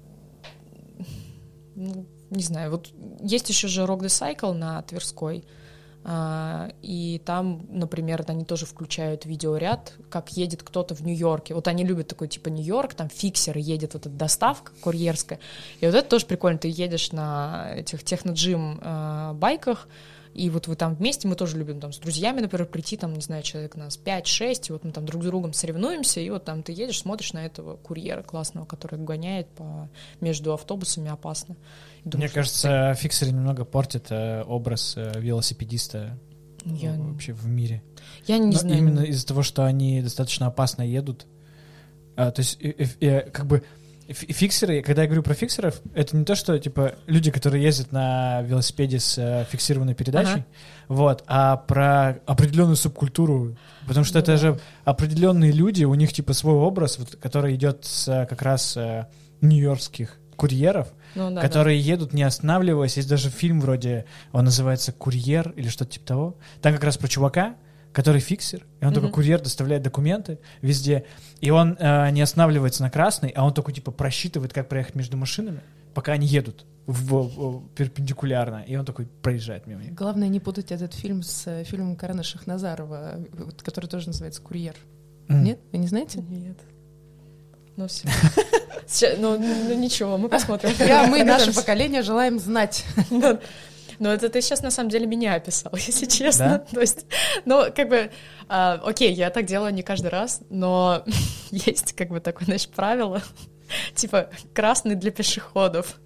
не знаю, вот есть еще же Rock the Cycle на Тверской, и там, например, они тоже включают видеоряд, как едет кто-то в Нью-Йорке. Вот они любят такой типа Нью-Йорк, там фиксер, едет вот эта доставка курьерская. И вот это тоже прикольно. Ты едешь на этих техноджим байках, и вот вы там вместе, мы тоже любим там с друзьями, например, прийти, там, не знаю, человек нас 5-6, и вот мы там друг с другом соревнуемся, и вот там ты едешь, смотришь на этого курьера классного, который гоняет между автобусами опасно. Мне кажется, фиксеры немного портят образ велосипедиста вообще в мире. Я не знаю. Именно из-за того, что они достаточно опасно едут. То есть, как бы, фиксеры, когда я говорю про фиксеров, это не то, что, типа, люди, которые ездят на велосипеде с фиксированной передачей, вот, а про определенную субкультуру, потому что это же определенные люди, у них, типа, свой образ, вот, который идет с как раз нью-йоркских курьеров, которые едут, не останавливаясь. Есть даже фильм вроде, он называется «Курьер» или что-то типа того. Там как раз про чувака, который фиксер, и он только курьер доставляет документы везде, и он не останавливается на красный, а он только типа просчитывает, как проехать между машинами, пока они едут перпендикулярно, и он такой проезжает мимо них. Главное не путать этот фильм с фильмом Карена Шахназарова, который тоже называется «Курьер». Нет? Вы не знаете? Нет. Ну все. Ну ничего, мы посмотрим. Мы, наше поколение, желаем знать. Ну, это ты сейчас, на самом деле, меня описал, если честно. Да? То есть, как бы, окей, я так делаю не каждый раз, но есть, как бы, такое, знаешь, правило, типа, красный для пешеходов.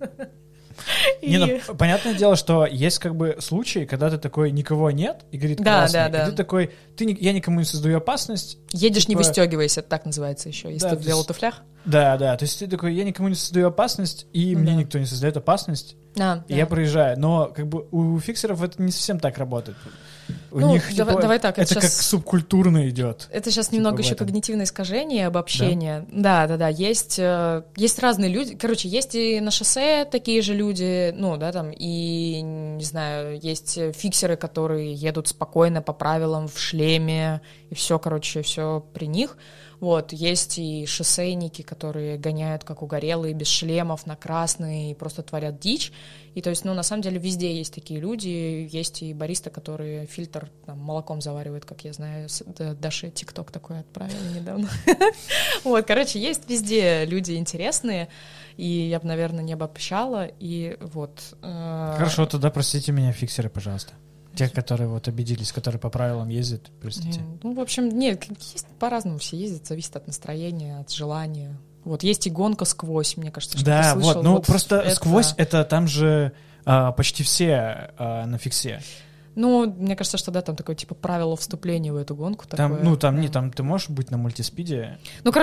Понятное дело, что есть, как бы, случаи, когда ты такой, никого нет, и говорит красный, и ты такой, я никому не создаю опасность. Едешь, не выстегивайся, это так называется еще, если ты в велотуфлях. Да, то есть ты такой, я никому не создаю опасность, и мне никто не создает опасность. Я проезжаю, но как бы у фиксеров это не совсем так работает. У них давай так, это как субкультурно идет. Это сейчас немного еще когнитивное искажение, обобщение. Да, есть разные люди. Короче, есть и на шоссе такие же люди, там, и, не знаю, есть фиксеры, которые едут спокойно по правилам в шлеме, и все при них. Вот, есть и шоссейники, которые гоняют как угорелые, без шлемов, на красный, и просто творят дичь. И то есть, на самом деле, везде есть такие люди. Есть и бариста, которые фильтр там, молоком заваривают, как я знаю, Даше ТикТок такой отправила недавно. Вот, короче, есть везде люди интересные, и я бы, наверное, не обобщала, и вот. Хорошо, тогда простите меня, фиксеры, пожалуйста. Те, которые вот обиделись, которые по правилам ездят, простите. В общем, нет, есть по-разному все ездят, зависит от настроения, от желания. Вот, есть и гонка сквозь, мне кажется, что ты слышал. Вот, просто сквозь это там же почти все на фиксе. Мне кажется, что там такое типа правило вступления в эту гонку. Там, там ты можешь быть на мультиспиде.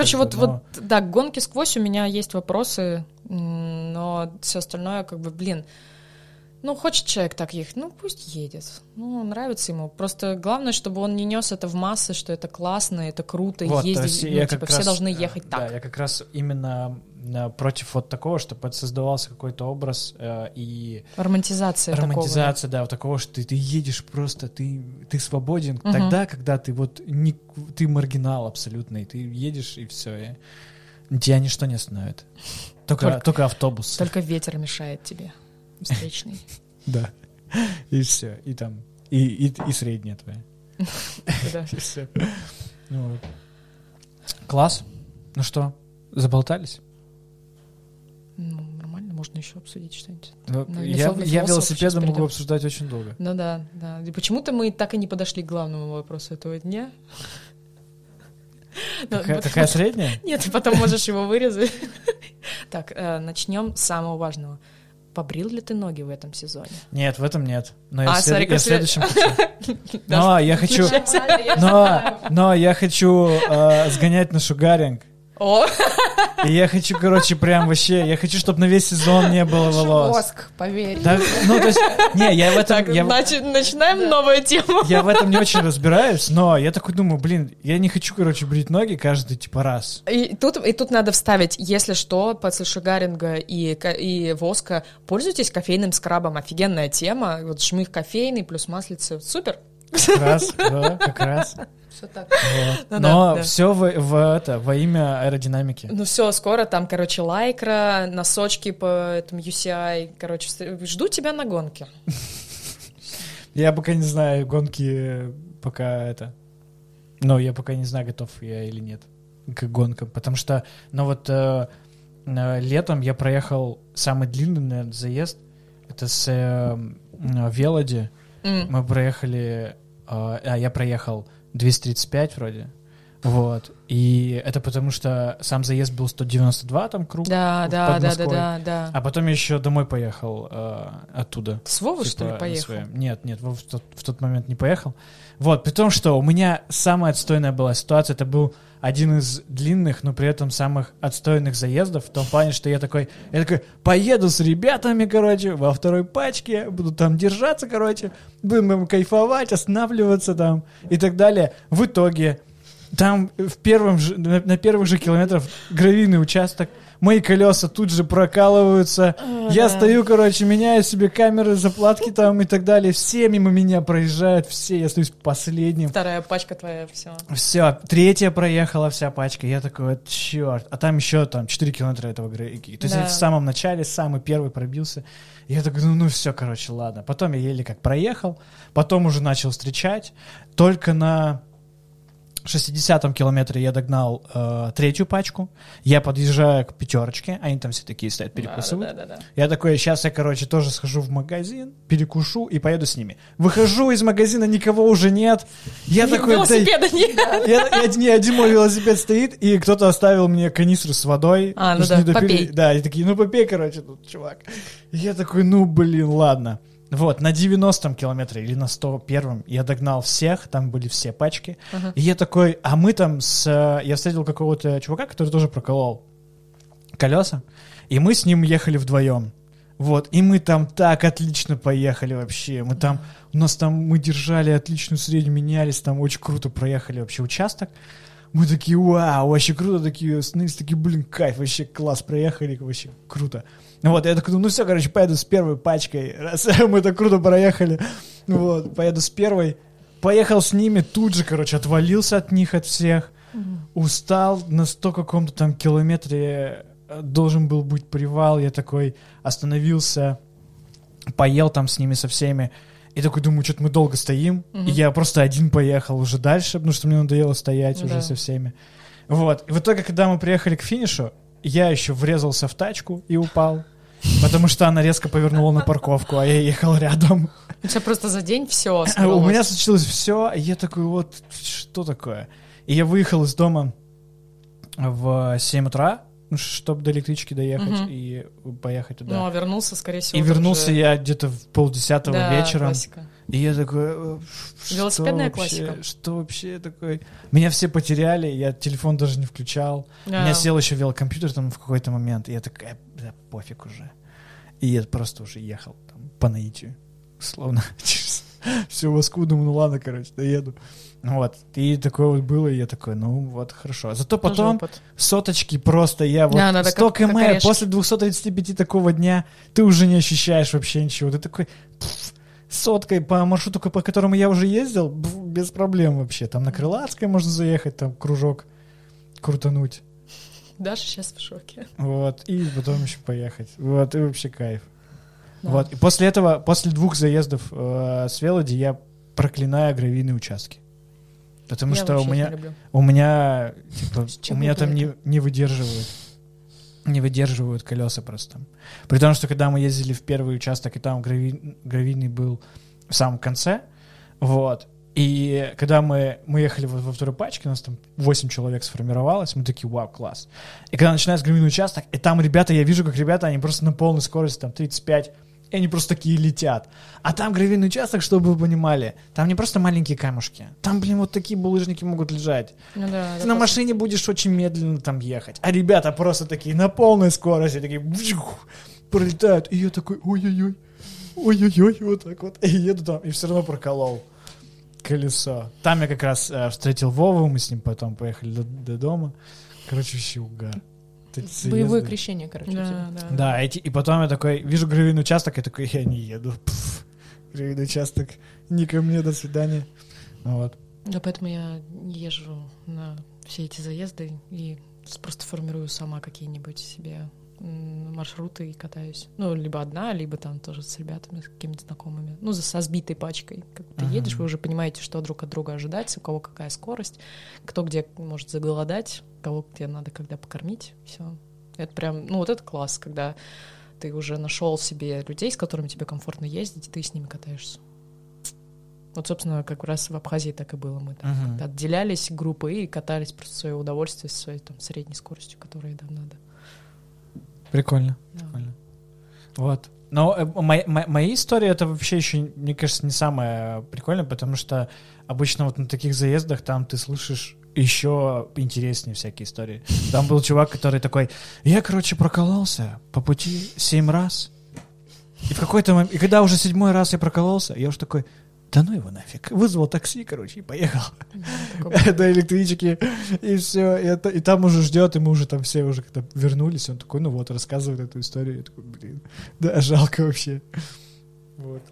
К гонке сквозь у меня есть вопросы, но все остальное как бы, хочет человек так ехать, пусть едет. Нравится ему. Просто главное, чтобы он не нес это в массы, что это классно, это круто, ездить. Все должны ехать так. Да, я как раз именно против вот такого, чтобы создавался какой-то образ и... Романтизация такого. Да, вот такого, что ты едешь просто, ты свободен тогда, когда ты ты маргинал абсолютный, ты едешь и все, и тебя ничто не остановит. Только автобус. Только ветер мешает тебе. Встречный. Да. И все. И там. И средняя твоя. Класс. Ну что, заболтались? Ну, нормально, можно еще обсудить что-нибудь. Я велосипедом могу обсуждать очень долго. Ну да. И почему-то мы так и не подошли к главному вопросу этого дня. Какая средняя? Нет, ты потом можешь его вырезать. Так, начнем с самого важного. Побрил ли ты ноги в этом сезоне? Нет, в этом нет. Но я в следующем хочу. Но я хочу сгонять на шугаринг. И я хочу, короче, прям вообще, я хочу, чтобы на весь сезон не было волос. Воск, поверь. Да, ну, то есть, не, я в этом... Начинаем новую тему. Я в этом не очень разбираюсь, но я такой думаю, блин, я не хочу, короче, брить ноги каждый, типа, раз. И тут надо вставить, если что, после шугаринга и воска, пользуйтесь кофейным скрабом. Офигенная тема. Вот шмых кофейный плюс маслица. Супер. Как раз, да, как раз. Все так. Вот. Ну, но да. Все во имя аэродинамики. Ну все, скоро там, короче, лайкра, носочки по этому UCI. Короче, жду тебя на гонке. Я пока не знаю, гонки пока это... Ну, я пока не знаю, готов я или нет к гонкам. Потому что, ну вот, летом я проехал самый длинный, наверное, заезд. Это с Велоди. Мы проехали... я проехал 235 вроде. Вот. И это потому, что сам заезд был 192 там круг. Да. А потом я еще домой поехал оттуда. С Вовой, что ли, поехал? Нет, в тот момент не поехал. Вот, при том, что у меня самая отстойная была ситуация. Это был один из длинных, но при этом самых отстойных заездов. В том плане, что я такой, поеду с ребятами, короче, во второй пачке, буду там держаться, короче, будем кайфовать, останавливаться там и так далее. В итоге там на первых же километрах гравийный участок, мои колеса тут же прокалываются, я стою, короче, меняю себе камеры, заплатки там и так далее, все мимо меня проезжают, все, я стою последним. Вторая пачка твоя, все. Все, третья проехала вся пачка, я такой, черт, а там еще 4 километра этого гравийки. То есть я в самом начале, самый первый пробился, я такой, ну все, короче, ладно. Потом я еле как проехал, потом уже начал встречать, только на 60-м километре я догнал третью пачку, я подъезжаю к пятерочке, они там все такие стоят, перекусывают. Да. Я такой, сейчас я, короче, тоже схожу в магазин, перекушу и поеду с ними. Выхожу из магазина, никого уже нет. Я такой, велосипеда нет. Один мой велосипед стоит, и кто-то оставил мне канистру с водой. Попей. Да, и такие, попей, короче, тут, чувак. И я такой, ладно. Вот, на 90-м километре или на 101-м я догнал всех, там были все пачки. И я такой, а мы там я встретил какого-то чувака, который тоже проколол колеса, и мы с ним ехали вдвоем. Вот, и мы там так отлично поехали вообще. Мы держали отличную среднюю, менялись, там очень круто проехали вообще участок. Мы такие, вау, вообще круто, такие, остановились, такие, блин, кайф, вообще класс, проехали, вообще круто. Вот, я такой, все, короче, поеду с первой пачкой, раз мы так круто проехали, вот, поеду с первой. Поехал с ними, тут же, короче, отвалился от них, от всех, устал, на 100 каком-то там километре должен был быть привал, я такой остановился, поел там с ними со всеми. И такой думаю, что-то мы долго стоим, и я просто один поехал уже дальше, потому что мне надоело стоять уже со всеми. Вот. И в итоге, когда мы приехали к финишу, я еще врезался в тачку и упал, потому что она резко повернула на парковку, а я ехал рядом. У тебя просто за день все скрылось. У меня случилось все, и я такой, вот, что такое? И я выехал из дома в 7 утра, чтобы до электрички доехать и поехать туда. Ну, а вернулся, скорее всего. И вернулся я где-то в 9:30 вечером. Классика. И я такой... Велосипедная классика. Что вообще такое? Меня все потеряли, я телефон даже не включал. У меня сел еще велокомпьютер там в какой-то момент, и я такая, да пофиг уже. И я просто уже ехал там по наитию. Словно через всю Москву, думаю, ладно, короче, доеду. Вот, и такое вот было, и я такой, вот, хорошо. Зато потом соточки просто, я вот 100 км, после 235 такого дня, ты уже не ощущаешь вообще ничего. Ты такой, соткой по маршруту, по которому я уже ездил, без проблем вообще. Там на Крылатской можно заехать, там кружок крутануть. Даша сейчас в шоке. Вот, и потом еще поехать. Вот, и вообще кайф. Да. Вот, и после этого, после 2 заездов с Велоди, я проклинаю гравийные участки. Потому что у меня там не выдерживают колеса просто. При том, что когда мы ездили в первый участок, и там гравийный был в самом конце, вот, и когда мы ехали во второй пачке, у нас там 8 человек сформировалось, мы такие, вау, класс. И когда начинается гравийный участок, и там ребята, я вижу, как ребята, они просто на полной скорости, там 35, и они просто такие летят. А там гравийный участок, чтобы вы понимали, там не просто маленькие камушки, там, вот такие булыжники могут лежать. Ну, да, ты на машине будешь очень медленно там ехать, а ребята просто такие на полной скорости, такие пролетают, и я такой, ой-ой-ой, вот так вот, и еду там, и все равно проколол колесо. Там я как раз встретил Вову, мы с ним потом поехали до дома. Короче, вообще угар. Боевое крещение, короче. Да, и потом я такой, вижу гравийный участок, и такой, я не еду. Гравийный участок, не ко мне, до свидания. Вот. Да, поэтому я не езжу на все эти заезды и просто формирую сама какие-нибудь себе маршруты и катаюсь. Ну, либо одна, либо там тоже с ребятами, с какими-то знакомыми. Ну, со сбитой пачкой. Как ты едешь, вы уже понимаете, что друг от друга ожидать, у кого какая скорость, кто где может заголодать, кого где надо когда покормить. Все. Это прям, вот это класс, когда ты уже нашел себе людей, с которыми тебе комфортно ездить, и ты с ними катаешься. Вот, собственно, как раз в Абхазии так и было. Мы там отделялись группы и катались просто в свое удовольствие со своей там средней скоростью, которой нам надо. Прикольно. Прикольно. Вот. Но мои истории, это вообще еще, мне кажется, не самое прикольное, потому что обычно вот на таких заездах там ты слышишь еще интереснее всякие истории. Там был чувак, который такой, я, короче, прокололся по пути 7 раз. И в какой-то момент, и когда уже 7-й раз я прокололся, я уже такой, да ну его нафиг. Вызвал такси, короче, и поехал до электрички, и все. И там уже ждет, и мы уже там все уже когда вернулись, он такой, ну вот, рассказывает эту историю. Я такой, блин, да, жалко вообще. Вот.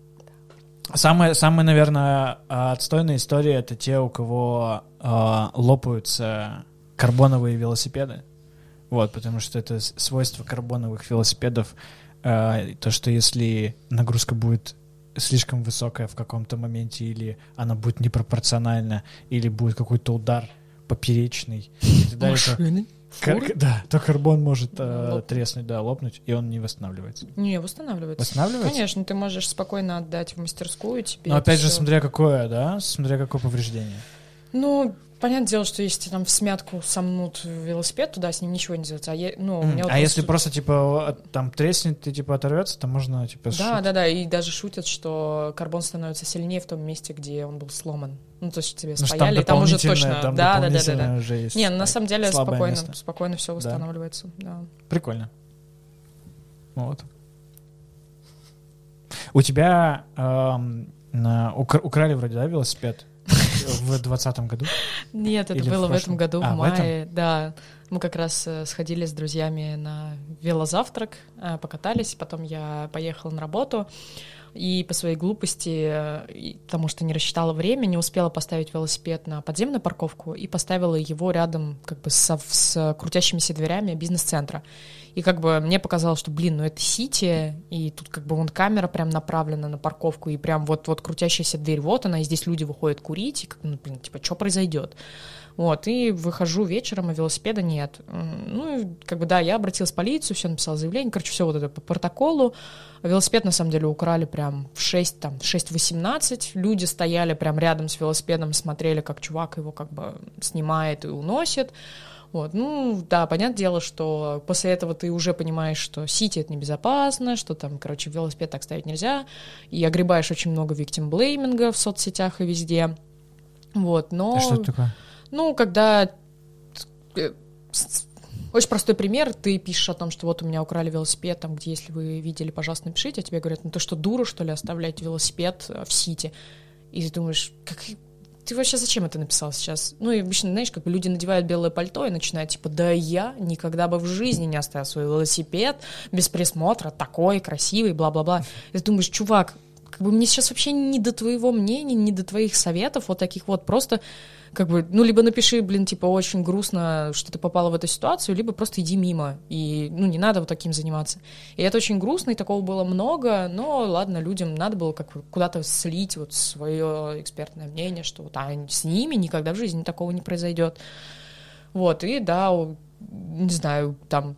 Самая, наверное, отстойная история — это те, у кого лопаются карбоновые велосипеды. Вот, потому что это свойство карбоновых велосипедов, то, что если нагрузка будет слишком высокая в каком-то моменте, или она будет непропорциональна, или будет какой-то удар поперечный, и так далее, то карбон может треснуть, лопнуть, и он не восстанавливается. Не, восстанавливается. Восстанавливается? Конечно, ты можешь спокойно отдать в мастерскую. Тебе но опять же, смотря какое повреждение. Ну, понятное дело, что если там в смятку сомнут велосипед, туда с ним ничего не делается. Если просто, типа, там треснет и, типа, оторвется, то можно, типа, Да, и даже шутят, что карбон становится сильнее в том месте, где он был сломан. Ну, то есть тебе спаяли, там уже точно... Там да. уже есть. Не, на самом деле спокойно все восстанавливается. Да. Прикольно. Вот. У тебя украли вроде, да, велосипед? В 2020 году? Нет, это было в этом году, в мае. Да, мы как раз сходили с друзьями на велозавтрак, покатались, потом я поехала на работу, и по своей глупости, потому что не рассчитала время, не успела поставить велосипед на подземную парковку и поставила его рядом как бы с крутящимися дверями бизнес-центра. И как бы мне показалось, что, это Сити, и тут как бы вон камера прям направлена на парковку, и прям вот крутящаяся дверь, вот она, и здесь люди выходят курить, и что произойдет? Вот, и выхожу вечером, а велосипеда нет. Ну, и как бы, я обратилась в полицию, все написала заявление, все вот это по протоколу. Велосипед, на самом деле, украли прям в 6:18. Люди стояли прям рядом с велосипедом, смотрели, как чувак его как бы снимает и уносит. Вот, понятное дело, что после этого ты уже понимаешь, что Сити — это небезопасно, что там, велосипед так ставить нельзя, и огребаешь очень много виктимблейминга в соцсетях и везде. Вот, но... А что это такое? Когда... Очень простой пример. Ты пишешь о том, что вот у меня украли велосипед, там, где, если вы видели, пожалуйста, напишите. А тебе говорят, ты что, дура, что ли, оставлять велосипед в Сити? И ты думаешь, ты вообще зачем это написал сейчас? Ну, и обычно, знаешь, как бы люди надевают белое пальто и начинают, да я никогда бы в жизни не оставил свой велосипед без присмотра, такой красивый, бла-бла-бла. И ты думаешь, чувак, как бы мне сейчас вообще не до твоего мнения, не до твоих советов, вот таких вот, просто как бы, ну, либо напиши, блин, типа, очень грустно, что ты попала в эту ситуацию, либо просто иди мимо, и, ну, не надо вот таким заниматься. И это очень грустно, и такого было много, но, ладно, людям надо было как куда-то слить вот свое экспертное мнение, что вот с ними никогда в жизни такого не произойдет. Вот, и да, не знаю, там,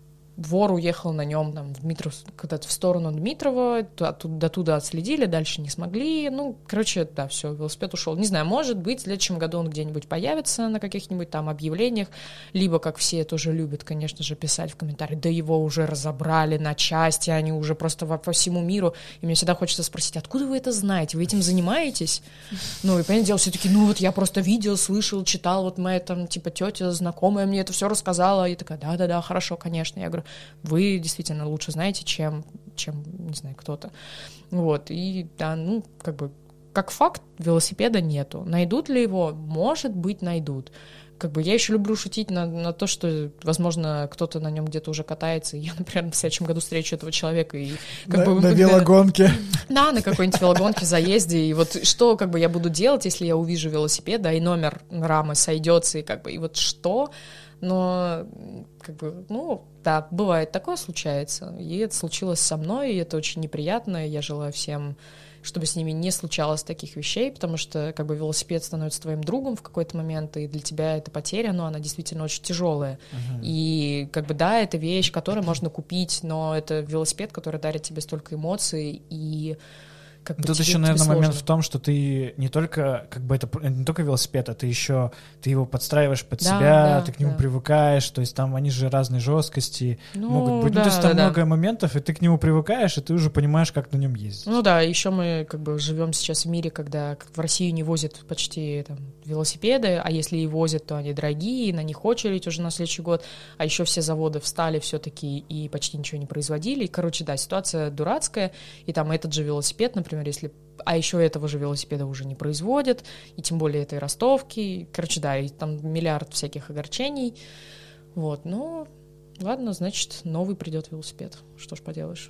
вор уехал на нем там, куда-то в сторону Дмитрова, до туда отследили, дальше не смогли. Ну, короче, да, все, велосипед ушел. Не знаю, может быть, в следующем году он где-нибудь появится на каких-нибудь там объявлениях, либо, как все тоже любят, конечно же, писать в комментариях, да его уже разобрали на части, они уже просто по всему миру. И мне всегда хочется спросить, откуда вы это знаете? Вы этим занимаетесь? Ну, и, понятное дело, все такие, ну, вот я просто видел, слышал, читал, вот моя там, типа, тетя знакомая мне это все рассказала. И такая, да-да-да, хорошо, конечно. Я говорю, вы действительно лучше знаете, чем, не знаю, кто-то. Вот, и да, ну, как бы, как факт, велосипеда нету. Найдут ли его? Может быть, найдут. Как бы я еще люблю шутить на то, что, возможно, кто-то на нем где-то уже катается, и я, например, в следующем году встречу этого человека. И, как бы, на велогонке. Да, на какой-нибудь велогонке, заезде. И вот что, как бы, я буду делать, если я увижу велосипед, да, и номер рамы сойдется, и как бы, и вот что... Но, как бы, ну, да, бывает, такое случается. И это случилось со мной, и это очень неприятно. Я желаю всем, чтобы с ними не случалось таких вещей, потому что, как бы, велосипед становится твоим другом в какой-то момент, и для тебя это потеря, но она действительно очень тяжелая. И, как бы, да, это вещь, которую можно купить, но это велосипед, который дарит тебе столько эмоций, и... Как бы тут еще, наверное, момент в том, что ты не только, как бы, это не только велосипед, а ты его подстраиваешь под себя, ты к нему привыкаешь, то есть там они же разной жесткости могут быть. Да, то есть там много моментов, и ты к нему привыкаешь, и ты уже понимаешь, как на нем ездить. Ну да, еще мы, как бы, живем сейчас в мире, когда в Россию не возят почти там велосипеды, а если и возят, то они дорогие, на них очередь уже на следующий год, а еще все заводы встали все-таки и почти ничего не производили. И, короче, да, ситуация дурацкая, и там этот же велосипед, например, если... А еще этого же велосипеда уже не производят, и тем более этой ростовки. Короче, да, и там миллиард всяких огорчений. Вот, ну, ладно, значит, новый придет велосипед. Что ж поделаешь.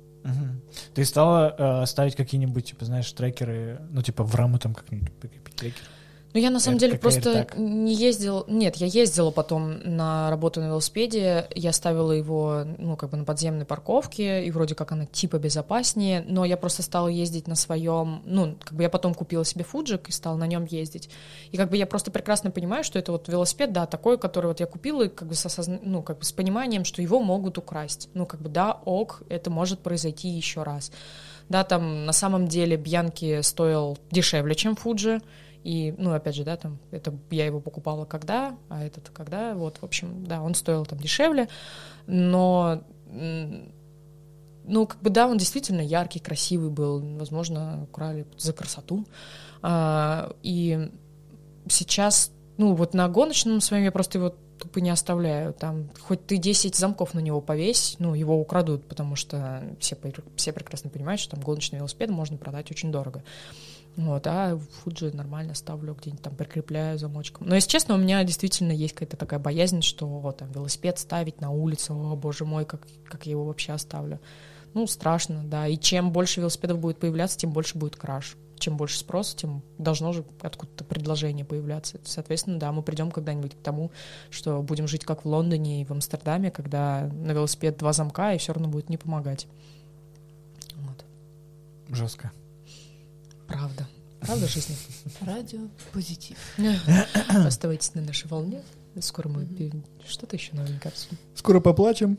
Ты стала ставить какие-нибудь, типа, знаешь, трекеры, ну, типа, в раму там как-нибудь прикрепить трекер? Ну, я на самом деле просто не ездила... Нет, я ездила потом на работу на велосипеде, я ставила его, ну, как бы на подземной парковке, и вроде как она типа безопаснее, но я просто стала ездить на своем... Ну, как бы я потом купила себе фуджик и стала на нем ездить. И как бы я просто прекрасно понимаю, что это вот велосипед, да, такой, который вот я купила, как бы ну, как бы с пониманием, что его могут украсть. Ну, как бы, да, ок, это может произойти еще раз. Да, там на самом деле Бьянки стоил дешевле, чем Фуджи. И, ну, опять же, да, там, это я его покупала когда, а этот когда, вот, в общем, да, он стоил там дешевле, но, ну, как бы, да, он действительно яркий, красивый был, возможно, украли за красоту, и сейчас, ну, вот на гоночном своем я просто его тупо не оставляю, там, хоть ты 10 замков на него повесь, ну, его украдут, потому что все прекрасно понимают, что там гоночный велосипед можно продать очень дорого. Вот, а Фуджи нормально ставлю, где-нибудь там прикрепляю замочком. Но, если честно, у меня действительно есть какая-то такая боязнь, что там велосипед ставить на улицу, о, боже мой, как я его вообще оставлю. Ну, страшно, да. И чем больше велосипедов будет появляться, тем больше будет краш. Чем больше спроса, тем должно же откуда-то предложение появляться. Соответственно, да, мы придем когда-нибудь к тому, что будем жить как в Лондоне и в Амстердаме, когда на велосипед 2 замка, и все равно будет не помогать. Вот. Жестко. Правда. Правда жизни? Радио позитив. Оставайтесь на нашей волне. Скоро мы что-то еще новенькое обсудим. Скоро поплачем.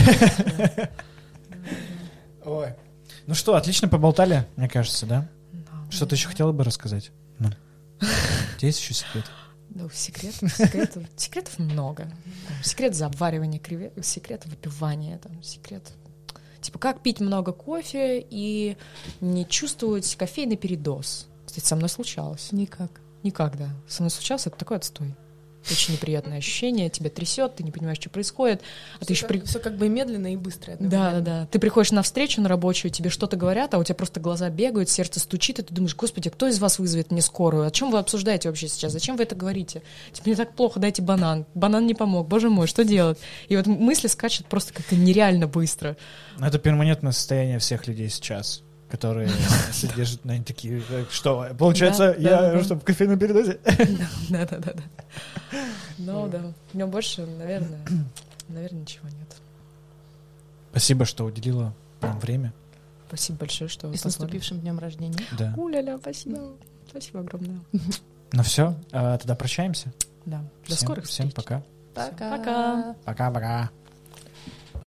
Ой. Ну что, отлично поболтали, мне кажется, да? Что-то еще хотела бы рассказать? Ну. У тебя есть еще секрет? Ну, секретов много. Секрет заваривания креветок, секрет выпивания, там, секрет... Типа, как пить много кофе и не чувствовать кофейный передоз. Кстати, со мной случалось. Никак, да. Со мной случалось, это такой отстой. Очень неприятное ощущение, тебя трясет, ты не понимаешь, что происходит. Все как бы медленно и быстро. Да. Ты приходишь на встречу на рабочую, тебе что-то говорят, а у тебя просто глаза бегают, сердце стучит, и ты думаешь, господи, кто из вас вызовет мне скорую? О чем вы обсуждаете вообще сейчас? Зачем вы это говорите? Типа, мне так плохо, дайте банан. Банан не помог, боже мой, что делать? И вот мысли скачут просто как-то нереально быстро. Это перманентное состояние всех людей сейчас. которые содержат, они такие, что, получается, чтобы кофейную передать? Да. Ну да, у него больше, наверное, ничего нет. Спасибо, что уделила нам время. Спасибо большое, что вы позвали. С наступившим днем рождения. Да. Уля-ля, спасибо. Спасибо огромное. Ну все, тогда прощаемся. Да. До скорых встреч. Всем пока. Пока. Пока-пока.